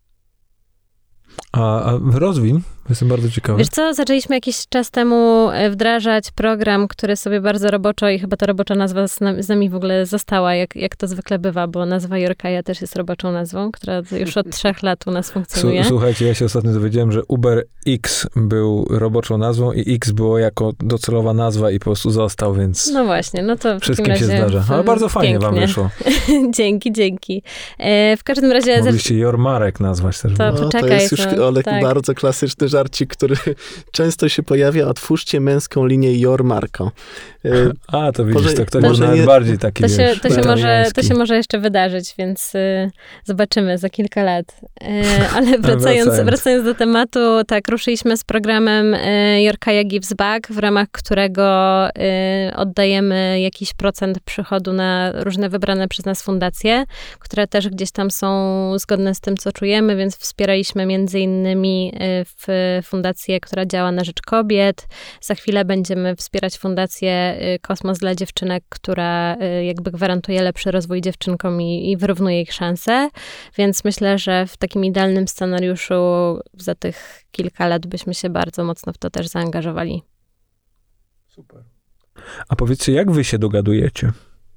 A rozwin? Jestem bardzo ciekawy. Wiesz co, zaczęliśmy jakiś czas temu wdrażać program, który sobie bardzo roboczo i chyba ta robocza nazwa z nami w ogóle została, jak to zwykle bywa, bo nazwa Yorkaya też jest roboczą nazwą, która już od 3 lat u nas funkcjonuje. Słuchajcie, ja się ostatnio dowiedziałem, że Uber X był roboczą nazwą i X było jako docelowa nazwa i po prostu został, więc... No właśnie, no to w wszystkim takim razie się zdarza. Ale bardzo fajnie pięknie wam wyszło. Dzięki. W każdym razie... Mogliście Jormarek nazwać też. To poczekaj. To jest już, Olek, tak. Bardzo klasyczny żarcik, który często się pojawia. Otwórzcie męską linię Jormarko. A, to widzisz, to ktoś może nawet bardziej taki, to się może jeszcze wydarzyć, więc zobaczymy za kilka lat. Ale wracając do tematu, tak, ruszyliśmy z programem Yorkaya Gives Back, w ramach którego oddajemy jakiś procent przychodu na różne wybrane przez nas fundacje, które też gdzieś tam są zgodne z tym, co czujemy, więc wspieraliśmy między innymi w fundację, która działa na rzecz kobiet. Za chwilę będziemy wspierać fundację Kosmos dla dziewczynek, która jakby gwarantuje lepszy rozwój dziewczynkom i wyrównuje ich szanse. Więc myślę, że w takim idealnym scenariuszu za tych kilka lat byśmy się bardzo mocno w to też zaangażowali. Super. A powiedzcie, jak wy się dogadujecie?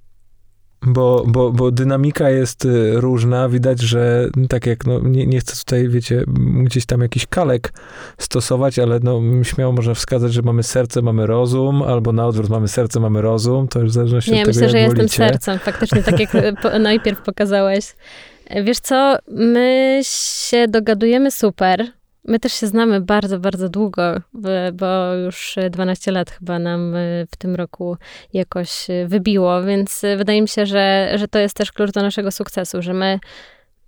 Bo dynamika jest różna. Widać, że tak jak, nie chcę tutaj, wiecie, gdzieś tam jakiś kalek stosować, ale śmiało można wskazać, że mamy serce, mamy rozum, albo na odwrót mamy serce, mamy rozum. To już w zależności od tego, myślę, jak że wolicie. Jestem sercem, faktycznie, tak jak najpierw pokazałeś. Wiesz co, my się dogadujemy super. My też się znamy bardzo, bardzo długo, bo już 12 lat chyba nam w tym roku jakoś wybiło, więc wydaje mi się, że to jest też klucz do naszego sukcesu, że my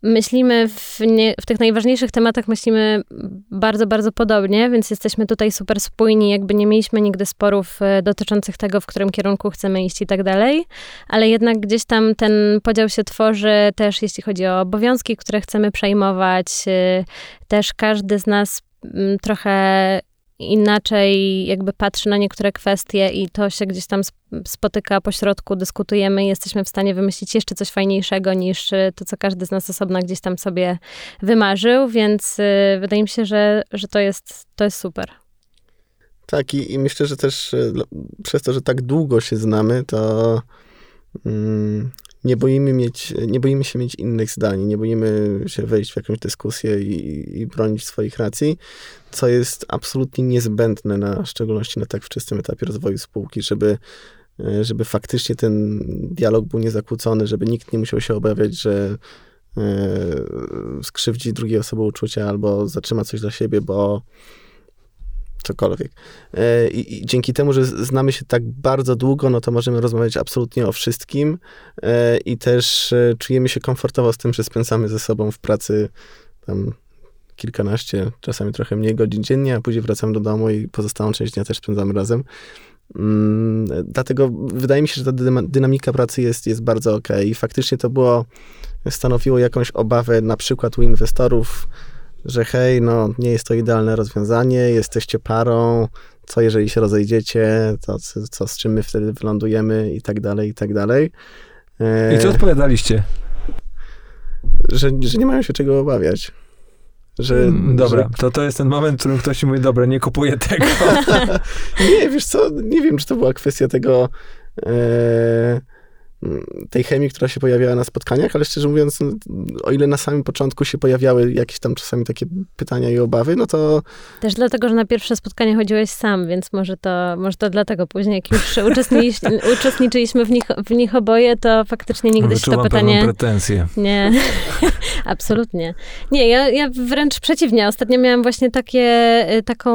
myślimy w tych najważniejszych tematach myślimy bardzo, bardzo podobnie, więc jesteśmy tutaj super spójni, jakby nie mieliśmy nigdy sporów dotyczących tego, w którym kierunku chcemy iść i tak dalej, ale jednak gdzieś tam ten podział się tworzy też, jeśli chodzi o obowiązki, które chcemy przejmować, też każdy z nas trochę inaczej jakby patrzy na niektóre kwestie i to się gdzieś tam spotyka po środku, dyskutujemy i jesteśmy w stanie wymyślić jeszcze coś fajniejszego niż to, co każdy z nas osobno gdzieś tam sobie wymarzył, więc wydaje mi się, że to jest super. Tak, i myślę, że też przez to, że tak długo się znamy, to nie boimy się mieć innych zdań, nie boimy się wejść w jakąś dyskusję i bronić swoich racji, co jest absolutnie niezbędne, w szczególności na tak wczesnym etapie rozwoju spółki, żeby faktycznie ten dialog był niezakłócony, żeby nikt nie musiał się obawiać, że skrzywdzi drugiej osoby uczucia albo zatrzyma coś dla siebie, bo cokolwiek. I dzięki temu, że znamy się tak bardzo długo, no to możemy rozmawiać absolutnie o wszystkim i też czujemy się komfortowo z tym, że spędzamy ze sobą w pracy tam kilkanaście, czasami trochę mniej godzin dziennie, a później wracamy do domu i pozostałą część dnia też spędzamy razem. Dlatego wydaje mi się, że ta dynamika pracy jest bardzo okej. I faktycznie to stanowiło jakąś obawę na przykład u inwestorów, że hej, no nie jest to idealne rozwiązanie, jesteście parą, co jeżeli się rozejdziecie, to z czym my wtedy wylądujemy i tak dalej, i tak dalej. I co odpowiadaliście? Że nie mają się czego obawiać. Dobra, to jest ten moment, w którym ktoś ci mówi, dobra, nie kupuję tego. Nie, wiesz co, nie wiem, czy to była kwestia tego, tej chemii, która się pojawiała na spotkaniach, ale szczerze mówiąc, o ile na samym początku się pojawiały jakieś tam czasami takie pytania i obawy, no to... Też dlatego, że na pierwsze spotkanie chodziłeś sam, więc może to dlatego później, jak już uczestniczyliśmy w nich oboje, to faktycznie nigdy się to pytanie... Wyczuwam pretensje. Nie, absolutnie. Nie, ja wręcz przeciwnie. Ostatnio miałam właśnie taką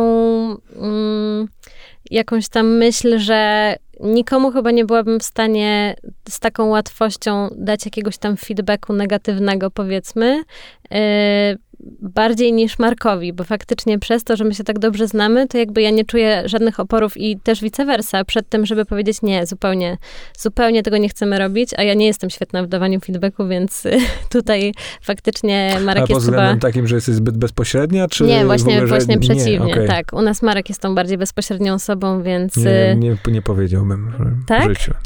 jakąś tam myśl, że nikomu chyba nie byłabym w stanie z taką łatwością dać jakiegoś tam feedbacku negatywnego, powiedzmy, bardziej niż Markowi, bo faktycznie przez to, że my się tak dobrze znamy, to jakby ja nie czuję żadnych oporów i też vice versa przed tym, żeby powiedzieć nie, zupełnie tego nie chcemy robić, a ja nie jestem świetna w dawaniu feedbacku, więc tutaj faktycznie Marek jest pod względem takim, że jesteś zbyt bezpośrednia, czy... Nie, właśnie przeciwnie, okay. Tak. U nas Marek jest tą bardziej bezpośrednią osobą, więc... Nie powiedziałbym tak? w życiu.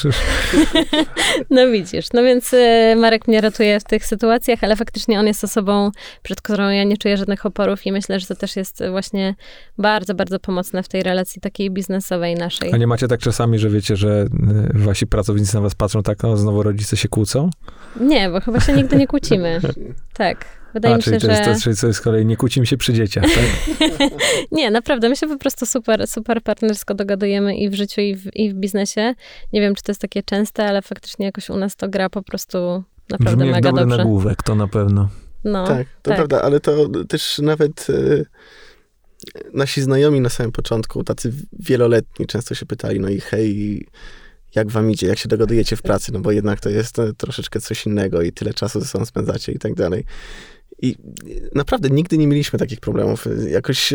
No widzisz, no więc Marek mnie ratuje w tych sytuacjach, ale faktycznie on jest osobą, przed którą ja nie czuję żadnych oporów i myślę, że to też jest właśnie bardzo, bardzo pomocne w tej relacji takiej biznesowej naszej. A nie macie tak czasami, że wiecie, że wasi pracownicy na was patrzą tak, no znowu rodzice się kłócą? Nie, bo chyba się nigdy nie kłócimy. Tak. Wydaje mi się, czyli to jest z kolei nie kłócimy się przy dzieciach, tak? Nie, naprawdę, my się po prostu super partnersko dogadujemy i w życiu, i w biznesie. Nie wiem, czy to jest takie częste, ale faktycznie jakoś u nas to gra po prostu naprawdę brzmi mega jak dobry dobrze. nagłówek, to na pewno. No, tak, to prawda, ale to też nawet nasi znajomi na samym początku, tacy wieloletni, często się pytali, no i hej, jak wam idzie, jak się dogadujecie w pracy, no bo jednak to jest troszeczkę coś innego i tyle czasu ze sobą spędzacie i tak dalej. I naprawdę nigdy nie mieliśmy takich problemów. Jakoś,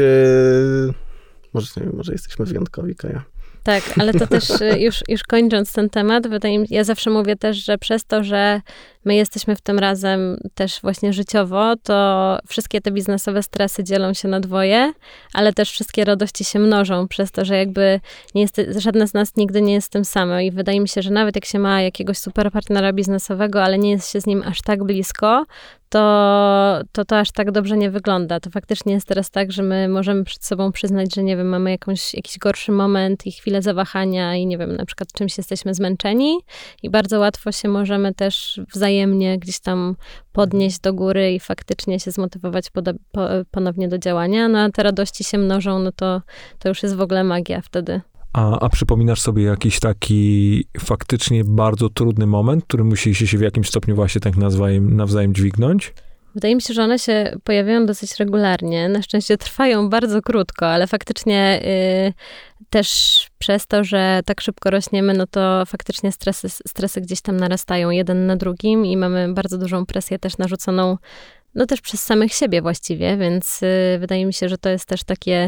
może jesteśmy wyjątkowi, Kaja. Tak, ale to też już kończąc ten temat, wydaje mi się, ja zawsze mówię też, że przez to, że my jesteśmy w tym razem też właśnie życiowo, to wszystkie te biznesowe stresy dzielą się na dwoje, ale też wszystkie radości się mnożą przez to, że jakby żadne z nas nigdy nie jest tym samym i wydaje mi się, że nawet jak się ma jakiegoś super partnera biznesowego, ale nie jest się z nim aż tak blisko, to aż tak dobrze nie wygląda. To faktycznie jest teraz tak, że my możemy przed sobą przyznać, że nie wiem, mamy jakiś gorszy moment i chwilę zawahania i nie wiem, na przykład czymś jesteśmy zmęczeni i bardzo łatwo się możemy też wzajemnie gdzieś tam podnieść do góry i faktycznie się zmotywować ponownie do działania. No a te radości się mnożą, no to już jest w ogóle magia wtedy. A przypominasz sobie jakiś taki faktycznie bardzo trudny moment, który musieliście się w jakimś stopniu właśnie tak nawzajem dźwignąć? Wydaje mi się, że one się pojawiają dosyć regularnie. Na szczęście trwają bardzo krótko, ale faktycznie też przez to, że tak szybko rośniemy, no to faktycznie stresy gdzieś tam narastają jeden na drugim i mamy bardzo dużą presję też narzuconą, no też przez samych siebie właściwie, więc wydaje mi się, że to jest też takie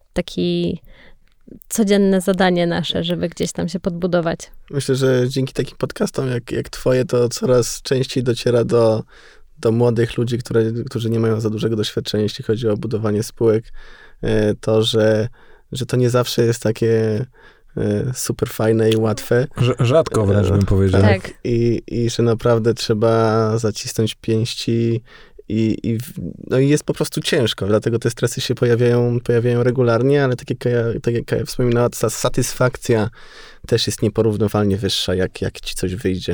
codzienne zadanie nasze, żeby gdzieś tam się podbudować. Myślę, że dzięki takim podcastom jak twoje, to coraz częściej dociera do młodych ludzi, którzy nie mają za dużego doświadczenia, jeśli chodzi o budowanie spółek, to, że to nie zawsze jest takie super fajne i łatwe. Rzadko wręcz bym powiedział. Tak. I że naprawdę trzeba zacisnąć pięści i jest po prostu ciężko, dlatego te stresy się pojawiają regularnie, ale tak jak Kaja wspominała, ta satysfakcja też jest nieporównywalnie wyższa, jak ci coś wyjdzie.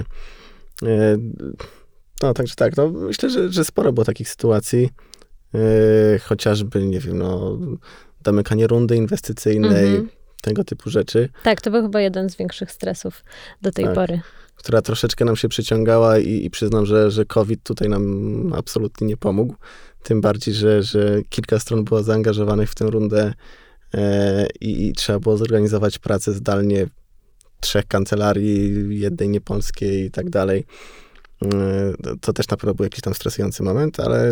No, także tak, no, myślę, że sporo było takich sytuacji, chociażby, nie wiem, no, domykanie rundy inwestycyjnej, tego typu rzeczy. Tak, to był chyba jeden z większych stresów do tej pory. Która troszeczkę nam się przyciągała i przyznam, że COVID tutaj nam absolutnie nie pomógł. Tym bardziej, że kilka stron było zaangażowanych w tę rundę i trzeba było zorganizować pracę zdalnie 3 kancelarii, jednej niepolskiej i tak dalej. To też na pewno był jakiś tam stresujący moment, ale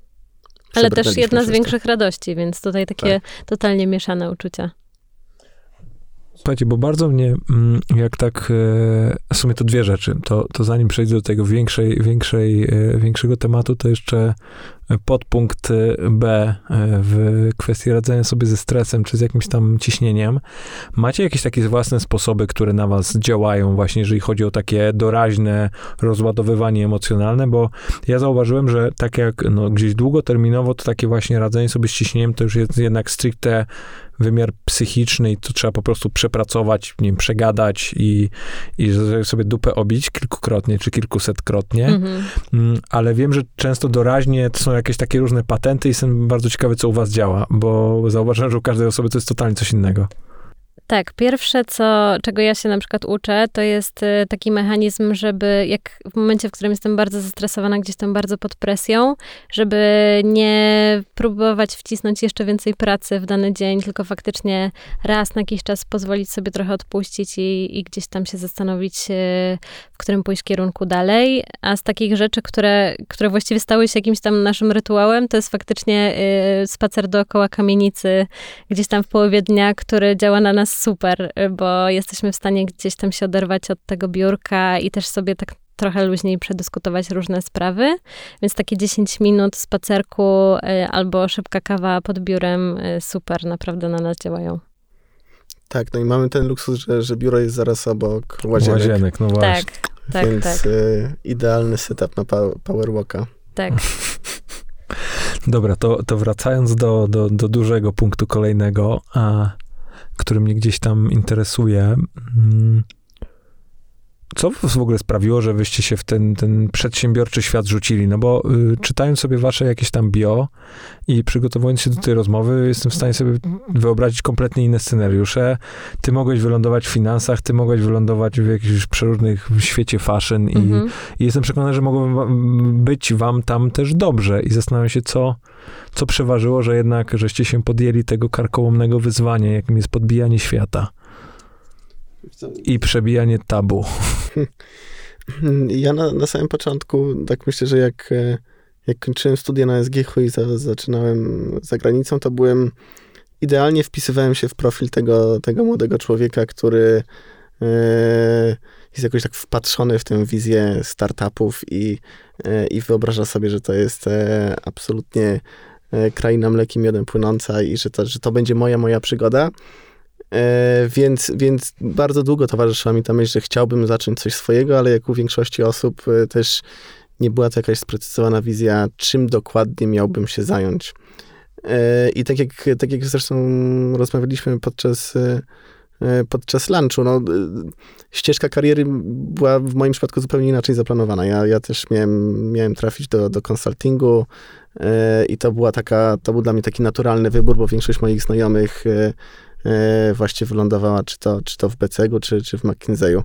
też jedna z większych radości, więc tutaj takie totalnie mieszane uczucia. Słuchajcie, bo bardzo mnie, jak tak, w sumie to 2 rzeczy, to zanim przejdę do tego większego tematu, to jeszcze podpunkt B w kwestii radzenia sobie ze stresem, czy z jakimś tam ciśnieniem. Macie jakieś takie własne sposoby, które na was działają właśnie, jeżeli chodzi o takie doraźne rozładowywanie emocjonalne, bo ja zauważyłem, że tak jak gdzieś długoterminowo, to takie właśnie radzenie sobie z ciśnieniem, to już jest jednak stricte wymiar psychiczny i to trzeba po prostu przepracować, nie wiem, przegadać i sobie dupę obić kilkukrotnie, czy kilkusetkrotnie. Ale wiem, że często doraźnie to są jakieś takie różne patenty i jestem bardzo ciekawy, co u was działa, bo zauważyłem, że u każdej osoby to jest totalnie coś innego. Tak, pierwsze, czego ja się na przykład uczę, to jest taki mechanizm, żeby jak w momencie, w którym jestem bardzo zestresowana, gdzieś tam bardzo pod presją, żeby nie próbować wcisnąć jeszcze więcej pracy w dany dzień, tylko faktycznie raz na jakiś czas pozwolić sobie trochę odpuścić i gdzieś tam się zastanowić, w którym pójść kierunku dalej. A z takich rzeczy, które właściwie stały się jakimś tam naszym rytuałem, to jest faktycznie spacer dookoła kamienicy gdzieś tam w połowie dnia, który działa na nas super, bo jesteśmy w stanie gdzieś tam się oderwać od tego biurka i też sobie tak trochę luźniej przedyskutować różne sprawy. Więc takie 10 minut spacerku albo szybka kawa pod biurem super, naprawdę na nas działają. Tak, no i mamy ten luksus, że biuro jest zaraz obok łazienek. No właśnie. Tak. Więc idealny setup na powerwalka. Tak. Dobra, to wracając do dużego punktu kolejnego, który mnie gdzieś tam interesuje. Co w ogóle sprawiło, że wyście się w ten przedsiębiorczy świat rzucili? No bo czytając sobie wasze jakieś tam bio i przygotowując się do tej rozmowy, jestem w stanie sobie wyobrazić kompletnie inne scenariusze. Ty mogłeś wylądować w finansach, ty mogłeś wylądować w jakichś przeróżnych w świecie fashion i jestem przekonany, że mogło być wam tam też dobrze i zastanawiam się, co przeważyło, że jednak żeście się podjęli tego karkołomnego wyzwania, jakim jest podbijanie świata. I przebijanie tabu. Ja na samym początku, tak myślę, że jak kończyłem studia na SGH i zaczynałem za granicą, to idealnie wpisywałem się w profil tego młodego człowieka, który jest jakoś tak wpatrzony w tę wizję startupów i wyobraża sobie, że to jest absolutnie kraina mlekiem miodem płynąca i że to będzie moja przygoda. Więc bardzo długo towarzyszyła mi ta myśl, że chciałbym zacząć coś swojego, ale jak u większości osób też nie była to jakaś sprecyzowana wizja, czym dokładnie miałbym się zająć. I tak jak zresztą rozmawialiśmy podczas lunchu, no, ścieżka kariery była w moim przypadku zupełnie inaczej zaplanowana. Ja też miałem trafić do konsultingu i to był dla mnie taki naturalny wybór, bo większość moich znajomych właśnie wylądowała czy to w BCG-u, czy w McKinsey'u.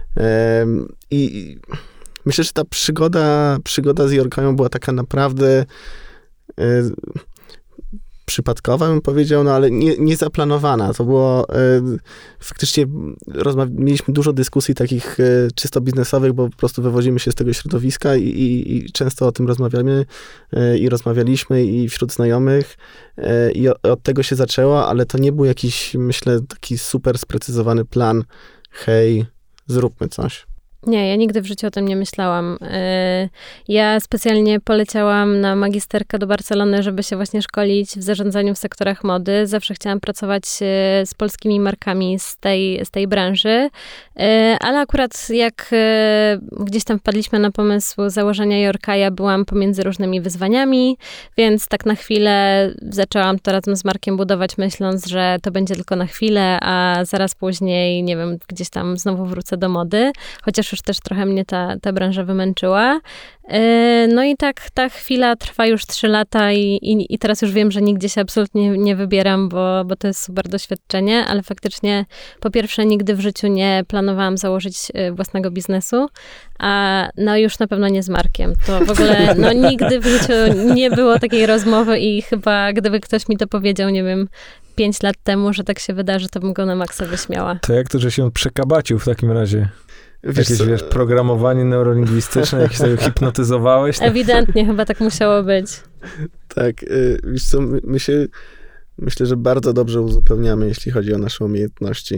I myślę, że ta przygoda z Yorkają była taka naprawdę przypadkowa, bym powiedział, no ale nie zaplanowana. To było faktycznie mieliśmy dużo dyskusji takich czysto biznesowych, bo po prostu wywozimy się z tego środowiska i często o tym rozmawialiśmy i wśród znajomych i od tego się zaczęło, ale to nie był jakiś, myślę, taki super sprecyzowany plan, hej, zróbmy coś. Nie, ja nigdy w życiu o tym nie myślałam. Ja specjalnie poleciałam na magisterkę do Barcelony, żeby się właśnie szkolić w zarządzaniu w sektorach mody. Zawsze chciałam pracować z polskimi markami z tej branży, ale akurat jak gdzieś tam wpadliśmy na pomysł założenia Yorkaja, byłam pomiędzy różnymi wyzwaniami, więc tak na chwilę zaczęłam to razem z Markiem budować, myśląc, że to będzie tylko na chwilę, a zaraz później, nie wiem, gdzieś tam znowu wrócę do mody, chociaż już też trochę mnie ta branża wymęczyła. No i tak ta chwila trwa już 3 lata i teraz już wiem, że nigdzie się absolutnie nie wybieram, bo to jest super doświadczenie, ale faktycznie po pierwsze nigdy w życiu nie planowałam założyć własnego biznesu, a no już na pewno nie z Markiem. To w ogóle no nigdy w życiu nie było takiej rozmowy i chyba gdyby ktoś mi to powiedział, nie wiem, 5 lat temu, że tak się wydarzy, to bym go na maksa wyśmiała. To jak to, że się przegabacił w takim razie? Jakieś, programowanie neurolingwistyczne, jakieś tego hipnotyzowałeś? Ewidentnie, chyba tak musiało być. Tak, wiesz co, myślę, że bardzo dobrze uzupełniamy, jeśli chodzi o nasze umiejętności.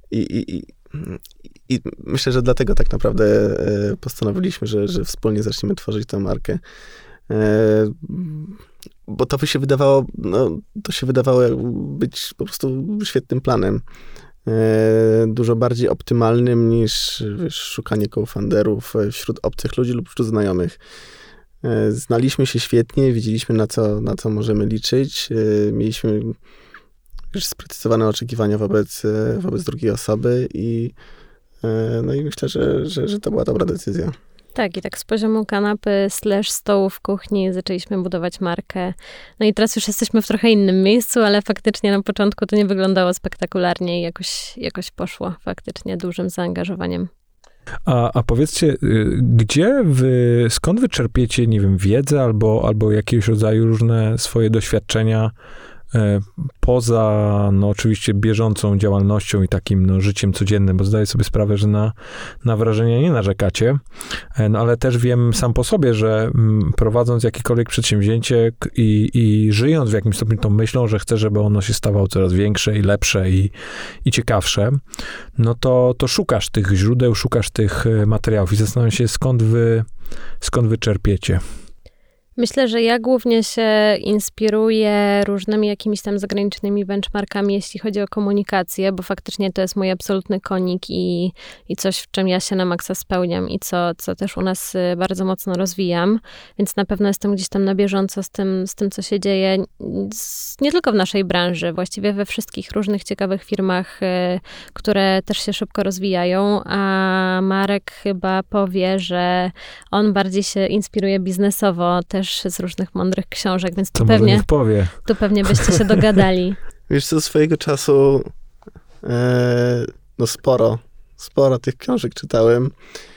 I myślę, że dlatego tak naprawdę postanowiliśmy, że wspólnie zaczniemy tworzyć tę markę. Bo to by się wydawało, być po prostu świetnym planem. Dużo bardziej optymalnym niż szukanie co-founderów wśród obcych ludzi lub wśród znajomych. Znaliśmy się świetnie, wiedzieliśmy na co możemy liczyć. Mieliśmy już sprecyzowane oczekiwania wobec drugiej osoby i myślę, że to była dobra decyzja. Tak, i tak z poziomu kanapy / stołu w kuchni zaczęliśmy budować markę. No i teraz już jesteśmy w trochę innym miejscu, ale faktycznie na początku to nie wyglądało spektakularnie i jakoś poszło faktycznie dużym zaangażowaniem. A powiedzcie, skąd wy czerpiecie, nie wiem, wiedzę albo jakiegoś rodzaju różne swoje doświadczenia poza, oczywiście bieżącą działalnością i takim, życiem codziennym, bo zdaję sobie sprawę, że na wrażenia nie narzekacie, ale też wiem sam po sobie, że prowadząc jakiekolwiek przedsięwzięcie i żyjąc w jakimś stopniu tą myślą, że chcę, żeby ono się stawało coraz większe i lepsze i ciekawsze, no to szukasz tych źródeł, szukasz tych materiałów i zastanawiam się, skąd wy czerpiecie. Myślę, że ja głównie się inspiruję różnymi jakimiś tam zagranicznymi benchmarkami, jeśli chodzi o komunikację, bo faktycznie to jest mój absolutny konik i coś, w czym ja się na maksa spełniam i co też u nas bardzo mocno rozwijam, więc na pewno jestem gdzieś tam na bieżąco z tym co się dzieje, nie tylko w naszej branży, właściwie we wszystkich różnych ciekawych firmach, które też się szybko rozwijają, a Marek chyba powie, że on bardziej się inspiruje biznesowo, też z różnych mądrych książek, więc tu pewnie byście się dogadali. Wiesz co, swojego czasu sporo tych książek czytałem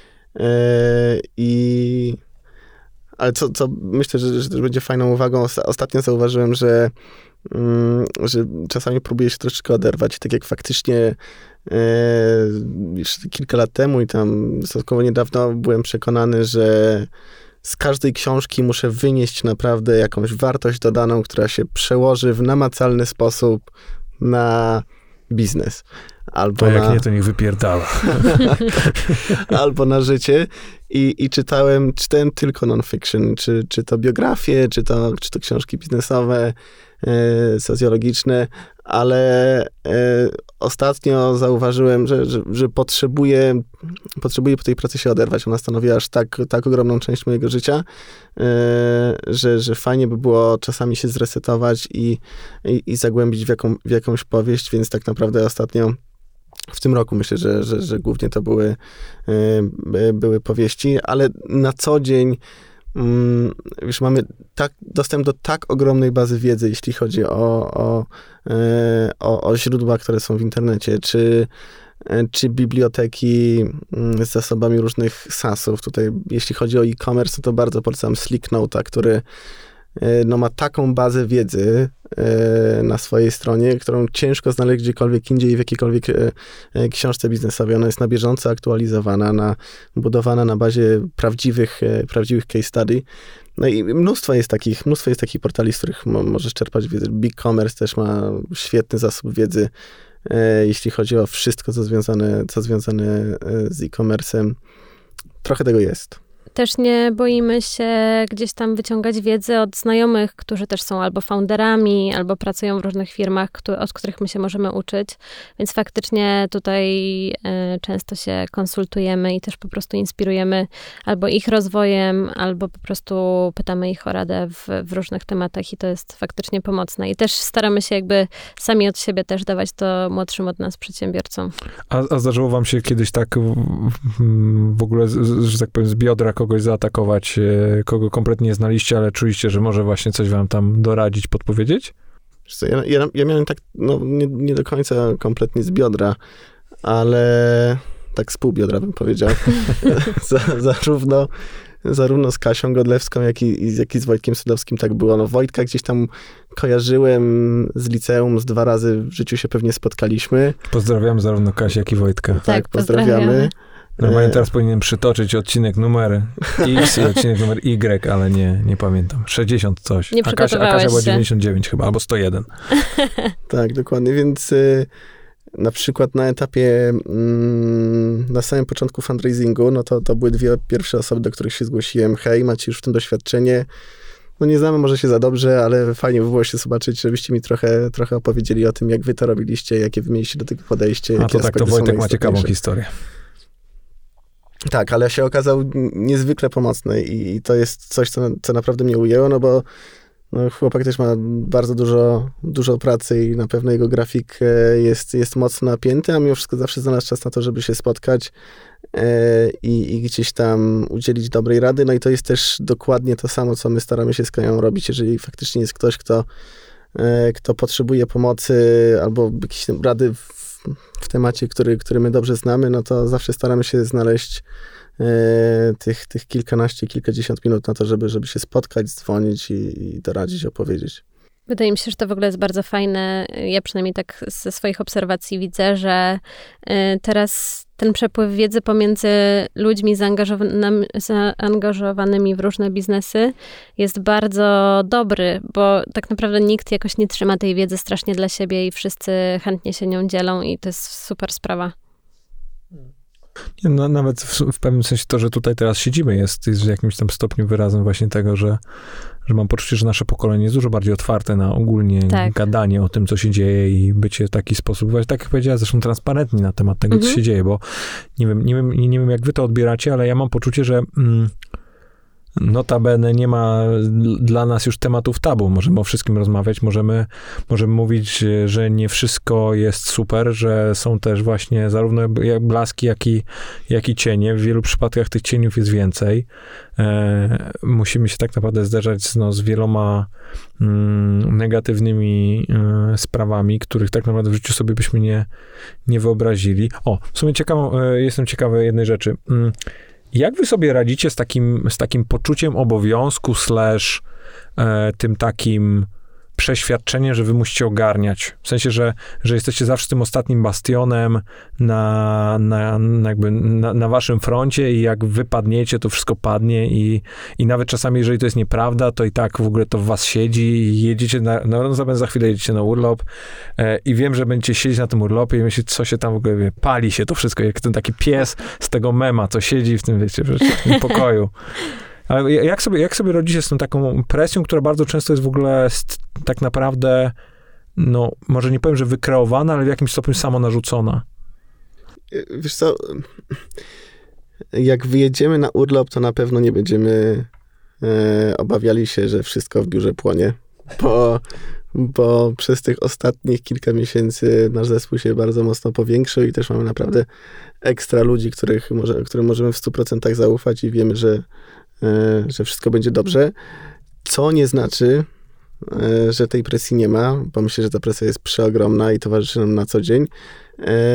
ale co myślę, że też będzie fajną uwagą, ostatnio zauważyłem, że czasami próbuję się troszeczkę oderwać, tak jak faktycznie jeszcze kilka lat temu i tam stosunkowo niedawno byłem przekonany, że z każdej książki muszę wynieść naprawdę jakąś wartość dodaną, która się przełoży w namacalny sposób na biznes. A jak nie, to niech wypierdala. Albo na życie. I czytałem tylko non-fiction, czy to biografie, czy to książki biznesowe, socjologiczne, ale ostatnio zauważyłem, że potrzebuję po tej pracy się oderwać. Ona stanowi aż tak ogromną część mojego życia, że fajnie by było czasami się zresetować i zagłębić w jakąś powieść, więc tak naprawdę ostatnio w tym roku myślę, że głównie to były powieści, ale na co dzień wiesz, mamy dostęp do tak ogromnej bazy wiedzy, jeśli chodzi o źródła, które są w internecie, czy biblioteki z zasobami różnych SaaS-ów. Tutaj, jeśli chodzi o e-commerce, to bardzo polecam Slicknote'a, który no ma taką bazę wiedzy na swojej stronie, którą ciężko znaleźć gdziekolwiek indziej w jakiejkolwiek książce biznesowej. Ona jest na bieżąco aktualizowana, budowana na bazie prawdziwych case study. No i mnóstwo jest takich portali, z których możesz czerpać wiedzę. BigCommerce też ma świetny zasób wiedzy, jeśli chodzi o wszystko, co związane z e-commerce'em. Trochę tego jest. Też nie boimy się gdzieś tam wyciągać wiedzy od znajomych, którzy też są albo founderami, albo pracują w różnych firmach, od których my się możemy uczyć. Więc faktycznie tutaj często się konsultujemy i też po prostu inspirujemy albo ich rozwojem, albo po prostu pytamy ich o radę w różnych tematach i to jest faktycznie pomocne. I też staramy się jakby sami od siebie też dawać to młodszym od nas przedsiębiorcom. A zdarzyło wam się kiedyś tak w ogóle, że tak powiem, z biodra kogoś zaatakować, kogo kompletnie nie znaliście, ale czuliście, że może właśnie coś wam tam doradzić, podpowiedzieć? Ja miałem tak, no nie do końca kompletnie z biodra, ale tak z pół biodra bym powiedział. Zarówno z Kasią Godlewską, jak i z Wojtkiem Sadowskim tak było. No Wojtka gdzieś tam kojarzyłem z liceum, z 2 razy w życiu się pewnie spotkaliśmy. Pozdrawiam zarówno Kasię, jak i Wojtka. Tak, pozdrawiamy. Normalnie teraz powinienem przytoczyć odcinek numer X i odcinek numer Y, ale nie pamiętam. 60 coś. Nie przygotowałeś Kasia była się. 99 chyba, albo 101. Tak, dokładnie, więc na przykład na etapie, na samym początku fundraisingu, no to były 2 pierwsze osoby, do których się zgłosiłem. Hej, macie już w tym doświadczenie. No nie znamy może się za dobrze, ale fajnie by było się zobaczyć, żebyście mi trochę opowiedzieli o tym, jak wy to robiliście, jakie wy mieliście do tego podejście. A to tak, to Wojtek ma ciekawą historię. Tak, ale się okazał niezwykle pomocny i to jest coś, co naprawdę mnie ujęło, no bo no, chłopak też ma bardzo dużo pracy i na pewno jego grafik jest mocno napięty, a mimo wszystko zawsze znalazł czas na to, żeby się spotkać i gdzieś tam udzielić dobrej rady. No i to jest też dokładnie to samo, co my staramy się z Kają robić. Jeżeli faktycznie jest ktoś, kto potrzebuje pomocy albo jakiejś rady w temacie, który my dobrze znamy, no to zawsze staramy się znaleźć tych kilkadziesiąt minut na to, żeby się spotkać, dzwonić i doradzić, opowiedzieć. Wydaje mi się, że to w ogóle jest bardzo fajne. Ja przynajmniej tak ze swoich obserwacji widzę, że teraz ten przepływ wiedzy pomiędzy ludźmi zaangażowanymi w różne biznesy jest bardzo dobry, bo tak naprawdę nikt jakoś nie trzyma tej wiedzy strasznie dla siebie i wszyscy chętnie się nią dzielą i to jest super sprawa. No, nawet w pewnym sensie to, że tutaj teraz siedzimy jest w jakimś tam stopniu wyrazem właśnie tego, że mam poczucie, że nasze pokolenie jest dużo bardziej otwarte na ogólnie gadanie o tym, co się dzieje i bycie w taki sposób, właśnie tak jak powiedziała, zresztą transparentni na temat tego, co się dzieje, bo nie wiem, jak wy to odbieracie, ale ja mam poczucie, że notabene nie ma dla nas już tematów tabu. Możemy o wszystkim rozmawiać, możemy mówić, że nie wszystko jest super, że są też właśnie zarówno blaski, jak i cienie. W wielu przypadkach tych cieniów jest więcej. Musimy się tak naprawdę zderzać z wieloma negatywnymi sprawami, których tak naprawdę w życiu sobie byśmy nie wyobrazili. W sumie jestem ciekawy jednej rzeczy. Jak wy sobie radzicie z takim poczuciem obowiązku / tym takim przeświadczeniem, że wy musicie ogarniać? W sensie, że jesteście zawsze tym ostatnim bastionem na waszym froncie i jak wypadniecie, to wszystko padnie i nawet czasami, jeżeli to jest nieprawda, to i tak w ogóle to w was siedzi i jedziecie za chwilę jedziecie na urlop i wiem, że będziecie siedzieć na tym urlopie i myśleć, co się tam w ogóle pali się to wszystko, jak ten taki pies z tego mema, co siedzi w tym, wiecie, w tym pokoju. Ale jak sobie radzicie z tą taką presją, która bardzo często jest w ogóle tak naprawdę, no, może nie powiem, że wykreowana, ale w jakimś stopniu samo narzucona? Wiesz co, jak wyjedziemy na urlop, to na pewno nie będziemy obawiali się, że wszystko w biurze płonie, bo przez tych ostatnich kilka miesięcy nasz zespół się bardzo mocno powiększył i też mamy naprawdę ekstra ludzi, którym możemy w 100% zaufać i wiemy, że wszystko będzie dobrze, co nie znaczy, że tej presji nie ma, bo myślę, że ta presja jest przeogromna i towarzyszy nam na co dzień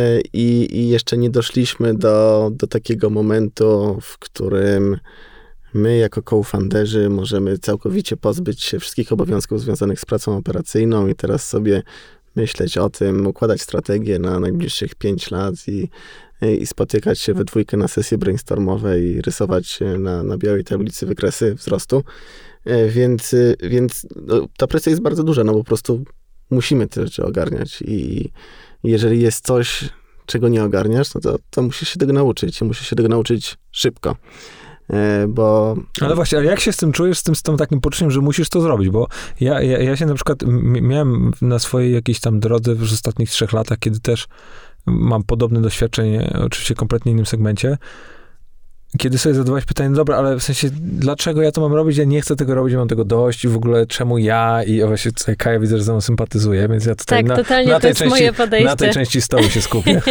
i jeszcze nie doszliśmy do takiego momentu, w którym my jako co-founderzy możemy całkowicie pozbyć się wszystkich obowiązków związanych z pracą operacyjną i teraz sobie myśleć o tym, układać strategię na najbliższych 5 lat i spotykać się we dwójkę na sesje brainstormowe i rysować na białej tablicy wykresy wzrostu. Więc no, ta presja jest bardzo duża, no bo po prostu musimy te rzeczy ogarniać i jeżeli jest coś, czego nie ogarniasz, no to musisz się tego nauczyć. Musisz się tego nauczyć szybko. Bo... Ale właśnie, ale jak się z tym czujesz, z tym takim poczuciem, że musisz to zrobić? Bo ja się na przykład miałem na swojej jakiejś tam drodze w ostatnich 3 latach, kiedy też mam podobne doświadczenie, oczywiście w kompletnie innym segmencie, kiedy sobie zadawałeś pytanie, dobra, ale w sensie, dlaczego ja to mam robić? Ja nie chcę tego robić, mam tego dość, w ogóle czemu ja? I właśnie tutaj Kaja widzę, że ze mną sympatyzuje, więc ja tutaj tak, totalnie to jest moje podejście. Na tej części stołu się skupię.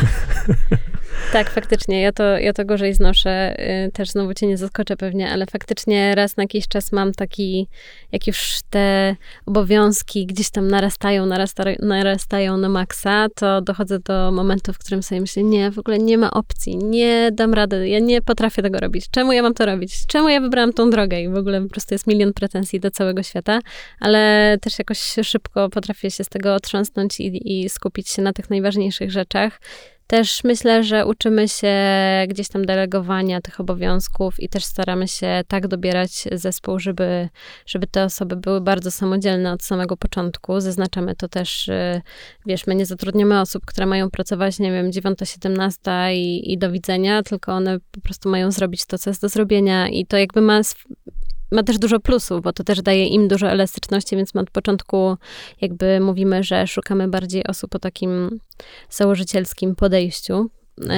Tak, faktycznie, ja to gorzej znoszę, też znowu cię nie zaskoczę pewnie, ale faktycznie raz na jakiś czas mam taki, jak już te obowiązki gdzieś tam narastają na maksa, to dochodzę do momentu, w którym sobie myślę, nie, w ogóle nie ma opcji, nie dam rady, ja nie potrafię tego robić. Czemu ja mam to robić? Czemu ja wybrałam tą drogę? I w ogóle po prostu jest milion pretensji do całego świata, ale też jakoś szybko potrafię się z tego otrząsnąć i skupić się na tych najważniejszych rzeczach. Też myślę, że uczymy się gdzieś tam delegowania tych obowiązków i też staramy się tak dobierać zespół, żeby te osoby były bardzo samodzielne od samego początku. Zaznaczamy to też, wiesz, my nie zatrudniamy osób, które mają pracować, nie wiem, 9-17 i do widzenia, tylko one po prostu mają zrobić to, co jest do zrobienia i to jakby ma też dużo plusów, bo to też daje im dużo elastyczności, więc my od początku jakby mówimy, że szukamy bardziej osób o takim założycielskim podejściu,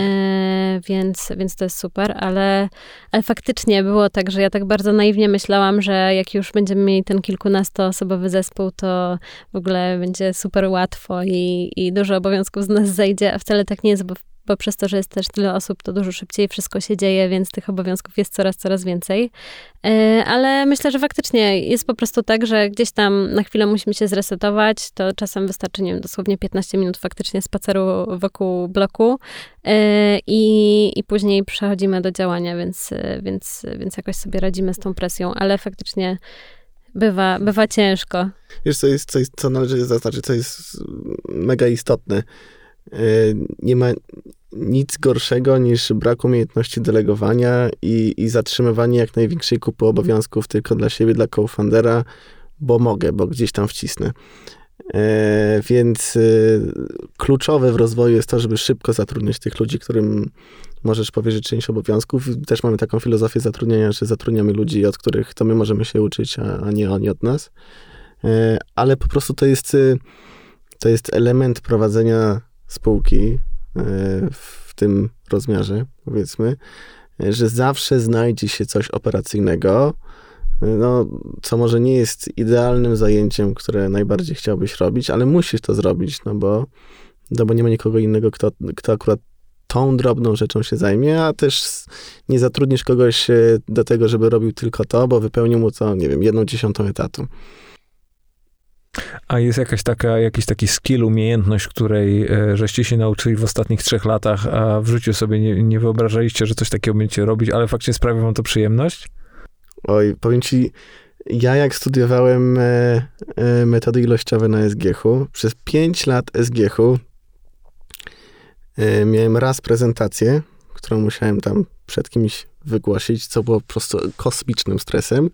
więc to jest super, ale faktycznie było tak, że ja tak bardzo naiwnie myślałam, że jak już będziemy mieli ten kilkunastoosobowy zespół, to w ogóle będzie super łatwo i dużo obowiązków z nas zejdzie, a wcale tak nie jest, bo przez to, że jest też tyle osób, to dużo szybciej wszystko się dzieje, więc tych obowiązków jest coraz więcej. Ale myślę, że faktycznie jest po prostu tak, że gdzieś tam na chwilę musimy się zresetować, to czasem wystarczy, nie wiem, dosłownie 15 minut faktycznie spaceru wokół bloku i później przechodzimy do działania, więc jakoś sobie radzimy z tą presją, ale faktycznie bywa ciężko. Wiesz, co należy zaznaczyć, co jest mega istotne. Nie ma nic gorszego niż brak umiejętności delegowania i zatrzymywanie jak największej kupy obowiązków tylko dla siebie, dla co-foundera, bo mogę, bo gdzieś tam wcisnę. Więc kluczowe w rozwoju jest to, żeby szybko zatrudnić tych ludzi, którym możesz powierzyć część obowiązków. Też mamy taką filozofię zatrudniania, że zatrudniamy ludzi, od których to my możemy się uczyć, a nie oni od nas. Ale po prostu to jest element prowadzenia spółki w tym rozmiarze, powiedzmy, że zawsze znajdzie się coś operacyjnego, no, co może nie jest idealnym zajęciem, które najbardziej chciałbyś robić, ale musisz to zrobić, no bo nie ma nikogo innego, kto akurat tą drobną rzeczą się zajmie, a też nie zatrudnisz kogoś do tego, żeby robił tylko to, bo wypełnił mu to, nie wiem, 1/10 etatu. A jest jakiś taki skill, umiejętność, której żeście się nauczyli w ostatnich 3 latach, a w życiu sobie nie wyobrażaliście, że coś takiego będziecie robić, ale faktycznie sprawia wam to przyjemność? Oj, powiem ci, ja jak studiowałem metody ilościowe na SGH-u, przez 5 lat SGH-u miałem raz prezentację, którą musiałem tam przed kimś wygłosić, co było po prostu kosmicznym stresem.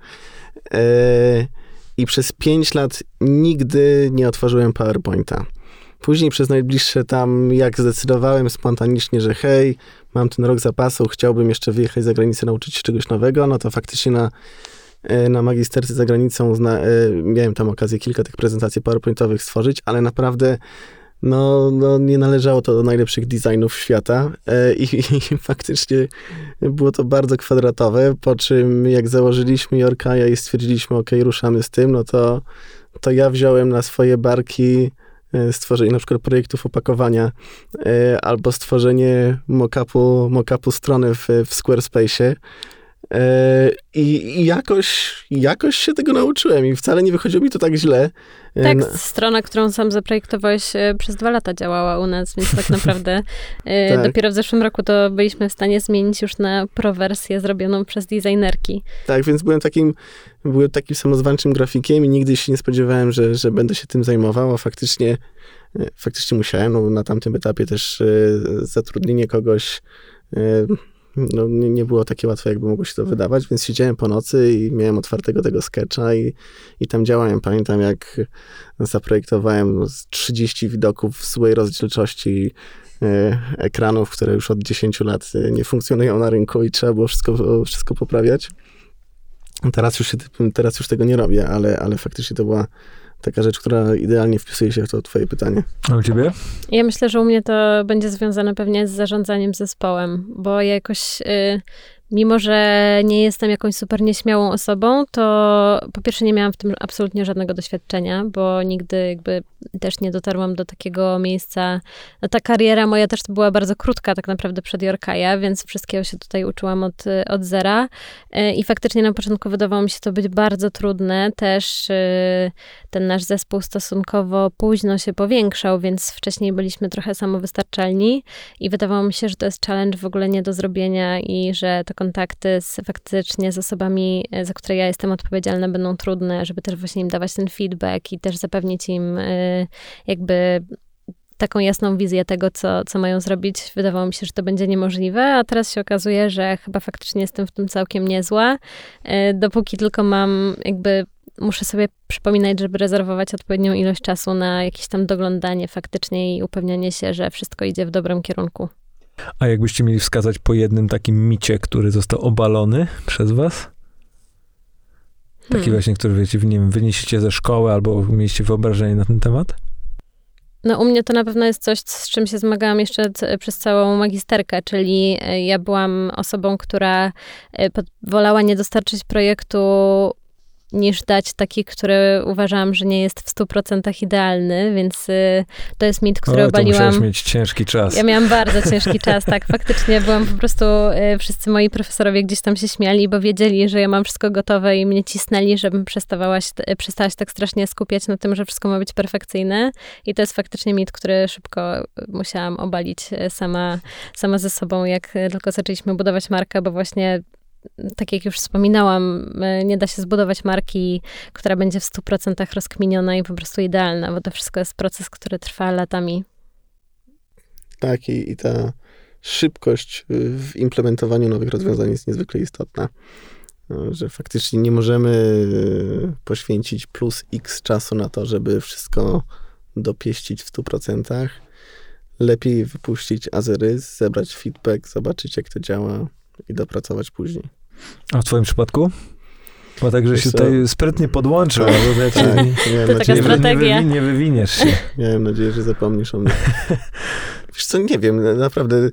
I przez 5 lat nigdy nie otworzyłem PowerPointa. Później przez najbliższe tam, jak zdecydowałem spontanicznie, że hej, mam ten rok zapasu, chciałbym jeszcze wyjechać za granicę, nauczyć się czegoś nowego, no to faktycznie na magisterce za granicą miałem tam okazję kilka tych prezentacji PowerPointowych stworzyć, ale naprawdę no nie należało to do najlepszych designów świata i faktycznie było to bardzo kwadratowe, po czym jak założyliśmy Yorkaja i stwierdziliśmy, okej, ruszamy z tym, no to ja wziąłem na swoje barki stworzenie na przykład projektów opakowania albo stworzenie mock-upu strony w Squarespace'ie I jakoś się tego nauczyłem i wcale nie wychodziło mi to tak źle. Tak, strona, którą sam zaprojektowałeś, przez 2 lata działała u nas, więc tak naprawdę tak. Dopiero w zeszłym roku to byliśmy w stanie zmienić już na pro-wersję zrobioną przez designerki. Tak, więc byłem takim samozwańczym grafikiem i nigdy się nie spodziewałem, że będę się tym zajmował, a faktycznie musiałem. No, na tamtym etapie też zatrudnienie kogoś nie było takie łatwe, jakby mogło się to wydawać, więc siedziałem po nocy i miałem otwartego tego sketcha i tam działałem. Pamiętam, jak zaprojektowałem 30 widoków w złej rozdzielczości ekranów, które już od 10 lat nie funkcjonują na rynku i trzeba było wszystko poprawiać. Teraz już tego nie robię, ale faktycznie to była taka rzecz, która idealnie wpisuje się w to twoje pytanie. A u ciebie? Ja myślę, że u mnie to będzie związane pewnie z zarządzaniem zespołem, bo ja jakoś, mimo że nie jestem jakąś super nieśmiałą osobą, to po pierwsze nie miałam w tym absolutnie żadnego doświadczenia, bo nigdy jakby też nie dotarłam do takiego miejsca. No, ta kariera moja też była bardzo krótka tak naprawdę przed Yorkaja, więc wszystkiego się tutaj uczyłam od zera i faktycznie na początku wydawało mi się to być bardzo trudne. Też ten nasz zespół stosunkowo późno się powiększał, więc wcześniej byliśmy trochę samowystarczalni i wydawało mi się, że to jest challenge w ogóle nie do zrobienia i że te kontakty faktycznie z osobami, za które ja jestem odpowiedzialna, będą trudne, żeby też właśnie im dawać ten feedback i też zapewnić im jakby taką jasną wizję tego, co mają zrobić. Wydawało mi się, że to będzie niemożliwe, a teraz się okazuje, że chyba faktycznie jestem w tym całkiem niezła. Dopóki tylko muszę sobie przypominać, żeby rezerwować odpowiednią ilość czasu na jakieś tam doglądanie faktycznie i upewnianie się, że wszystko idzie w dobrym kierunku. A jakbyście mieli wskazać po jednym takim micie, który został obalony przez was? Taki właśnie, który wiecie, nie wiem, wynieśliście ze szkoły albo mieliście wyobrażenie na ten temat? No u mnie to na pewno jest coś, z czym się zmagałam jeszcze przez całą magisterkę, czyli ja byłam osobą, która wolała nie dostarczyć projektu niż dać taki, który uważałam, że nie jest w 100% idealny, więc to jest mit, który obaliłam. To musiałeś mieć ciężki czas. Ja miałam bardzo ciężki czas, tak, faktycznie byłam po prostu, wszyscy moi profesorowie gdzieś tam się śmiali, bo wiedzieli, że ja mam wszystko gotowe i mnie cisnęli, żebym przestała się tak strasznie skupiać na tym, że wszystko ma być perfekcyjne i to jest faktycznie mit, który szybko musiałam obalić sama ze sobą, jak tylko zaczęliśmy budować markę, bo właśnie tak jak już wspominałam, nie da się zbudować marki, która będzie w 100% rozkminiona i po prostu idealna, bo to wszystko jest proces, który trwa latami. Tak, i ta szybkość w implementowaniu nowych rozwiązań jest niezwykle istotna. Że faktycznie nie możemy poświęcić plus x czasu na to, żeby wszystko dopieścić w 100%. Lepiej wypuścić as is, zebrać feedback, zobaczyć jak to działa i dopracować później. A w twoim przypadku? Bo tak, że się tutaj sprytnie podłączył. To taka strategia. Nie wywiniesz się. Miałem nadzieję, że zapomnisz o mnie. Wiesz co, nie wiem, naprawdę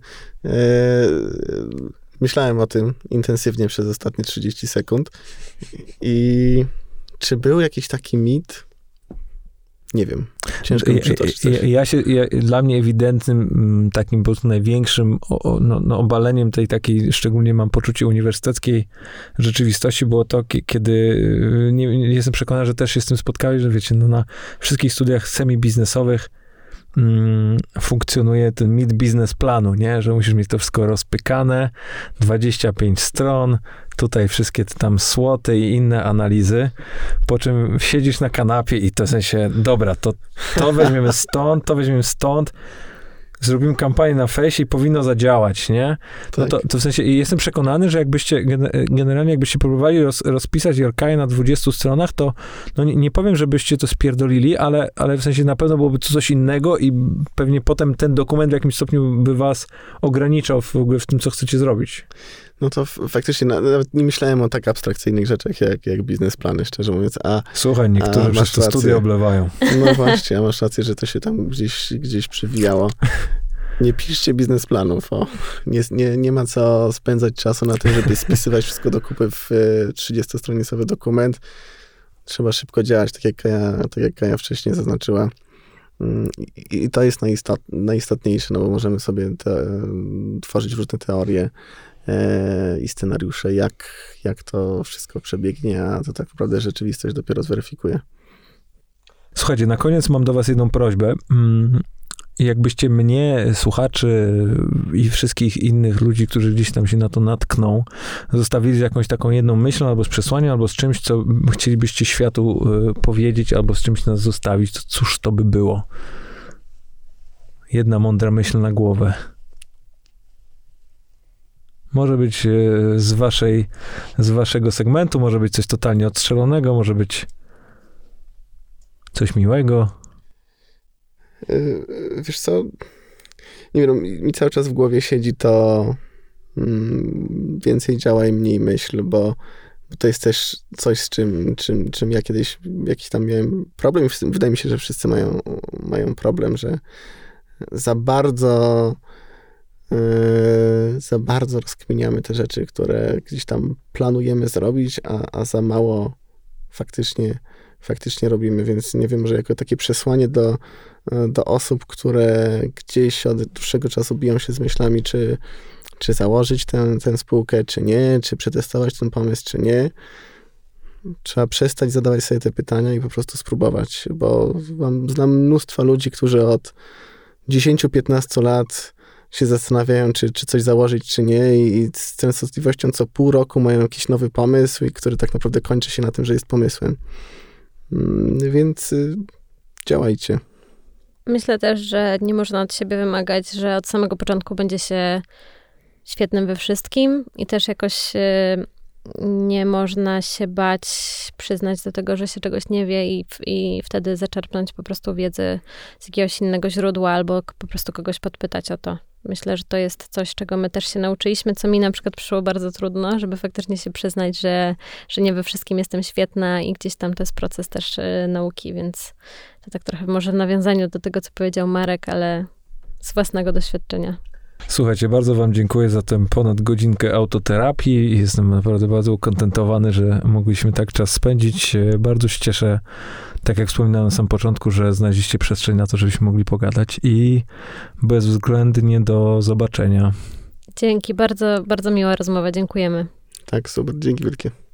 myślałem o tym intensywnie przez ostatnie 30 sekund i czy był jakiś taki mit? Nie wiem. Ciężko mi przytoczyć coś. Dla mnie ewidentnym takim po prostu największym obaleniem tej takiej, szczególnie mam poczucie uniwersyteckiej rzeczywistości było to, kiedy nie jestem przekonany, że też się z tym spotkałeś, że wiecie, na wszystkich studiach semi-biznesowych funkcjonuje ten mit biznesplanu, nie? Że musisz mieć to wszystko rozpykane, 25 stron, tutaj wszystkie tam SWOT-y i inne analizy, po czym siedzisz na kanapie i to w sensie, dobra, to weźmiemy stąd, zrobimy kampanię na fejsie i powinno zadziałać, nie? Tak. No to w sensie, jestem przekonany, że generalnie jakbyście próbowali rozpisać Yorkaja na 20 stronach, to nie powiem, żebyście to spierdolili, ale w sensie na pewno byłoby to coś innego i pewnie potem ten dokument w jakimś stopniu by was ograniczał w ogóle w tym, co chcecie zrobić. No to faktycznie nawet nie myślałem o tak abstrakcyjnych rzeczach jak biznesplany, szczerze mówiąc. Słuchaj, niektórzy przez te studia oblewają. No właśnie, a masz rację, że to się tam gdzieś przywijało. Nie piszcie biznesplanów. Nie ma co spędzać czasu na tym, żeby spisywać wszystko do kupy w 30-stronicowy dokument. Trzeba szybko działać, tak jak Kaja wcześniej zaznaczyła. I to jest najistotniejsze, no bo możemy sobie tworzyć różne teorie, i scenariusze, jak to wszystko przebiegnie, a to tak naprawdę rzeczywistość dopiero zweryfikuje. Słuchajcie, na koniec mam do was jedną prośbę. Jakbyście mnie, słuchaczy i wszystkich innych ludzi, którzy gdzieś tam się na to natkną, zostawili z jakąś taką jedną myślą, albo z przesłaniem, albo z czymś, co chcielibyście światu powiedzieć, albo z czymś nas zostawić, to cóż to by było? Jedna mądra myśl na głowę. Może być z waszego segmentu, może być coś totalnie odstrzelonego, może być coś miłego. Wiesz co, nie wiem, mi cały czas w głowie siedzi to więcej działaj, mniej myśl, bo to jest też coś, z czym ja kiedyś jakiś tam miałem problem. Wydaje mi się, że wszyscy mają problem, że za bardzo rozkminiamy te rzeczy, które gdzieś tam planujemy zrobić, a za mało faktycznie robimy, więc nie wiem, może jako takie przesłanie do osób, które gdzieś od dłuższego czasu biją się z myślami, czy założyć tę spółkę, czy nie, czy przetestować ten pomysł, czy nie. Trzeba przestać zadawać sobie te pytania i po prostu spróbować, bo znam mnóstwo ludzi, którzy od 10-15 lat się zastanawiają, czy coś założyć, czy nie, i z częstotliwością co pół roku mają jakiś nowy pomysł, który tak naprawdę kończy się na tym, że jest pomysłem. Więc działajcie. Myślę też, że nie można od siebie wymagać, że od samego początku będzie się świetnym we wszystkim i też jakoś nie można się bać przyznać do tego, że się czegoś nie wie i wtedy zaczerpnąć po prostu wiedzy z jakiegoś innego źródła albo po prostu kogoś podpytać o to. Myślę, że to jest coś, czego my też się nauczyliśmy, co mi na przykład przyszło bardzo trudno, żeby faktycznie się przyznać, że nie we wszystkim jestem świetna i gdzieś tam to jest proces też nauki, więc to tak trochę może w nawiązaniu do tego, co powiedział Marek, ale z własnego doświadczenia. Słuchajcie, bardzo wam dziękuję za tę ponad godzinkę autoterapii. Jestem naprawdę bardzo ukontentowany, że mogliśmy tak czas spędzić. Bardzo się cieszę, tak jak wspominałem na samym początku, że znaleźliście przestrzeń na to, żebyśmy mogli pogadać i bezwzględnie do zobaczenia. Dzięki, bardzo, bardzo miła rozmowa. Dziękujemy. Tak, super, dzięki wielkie.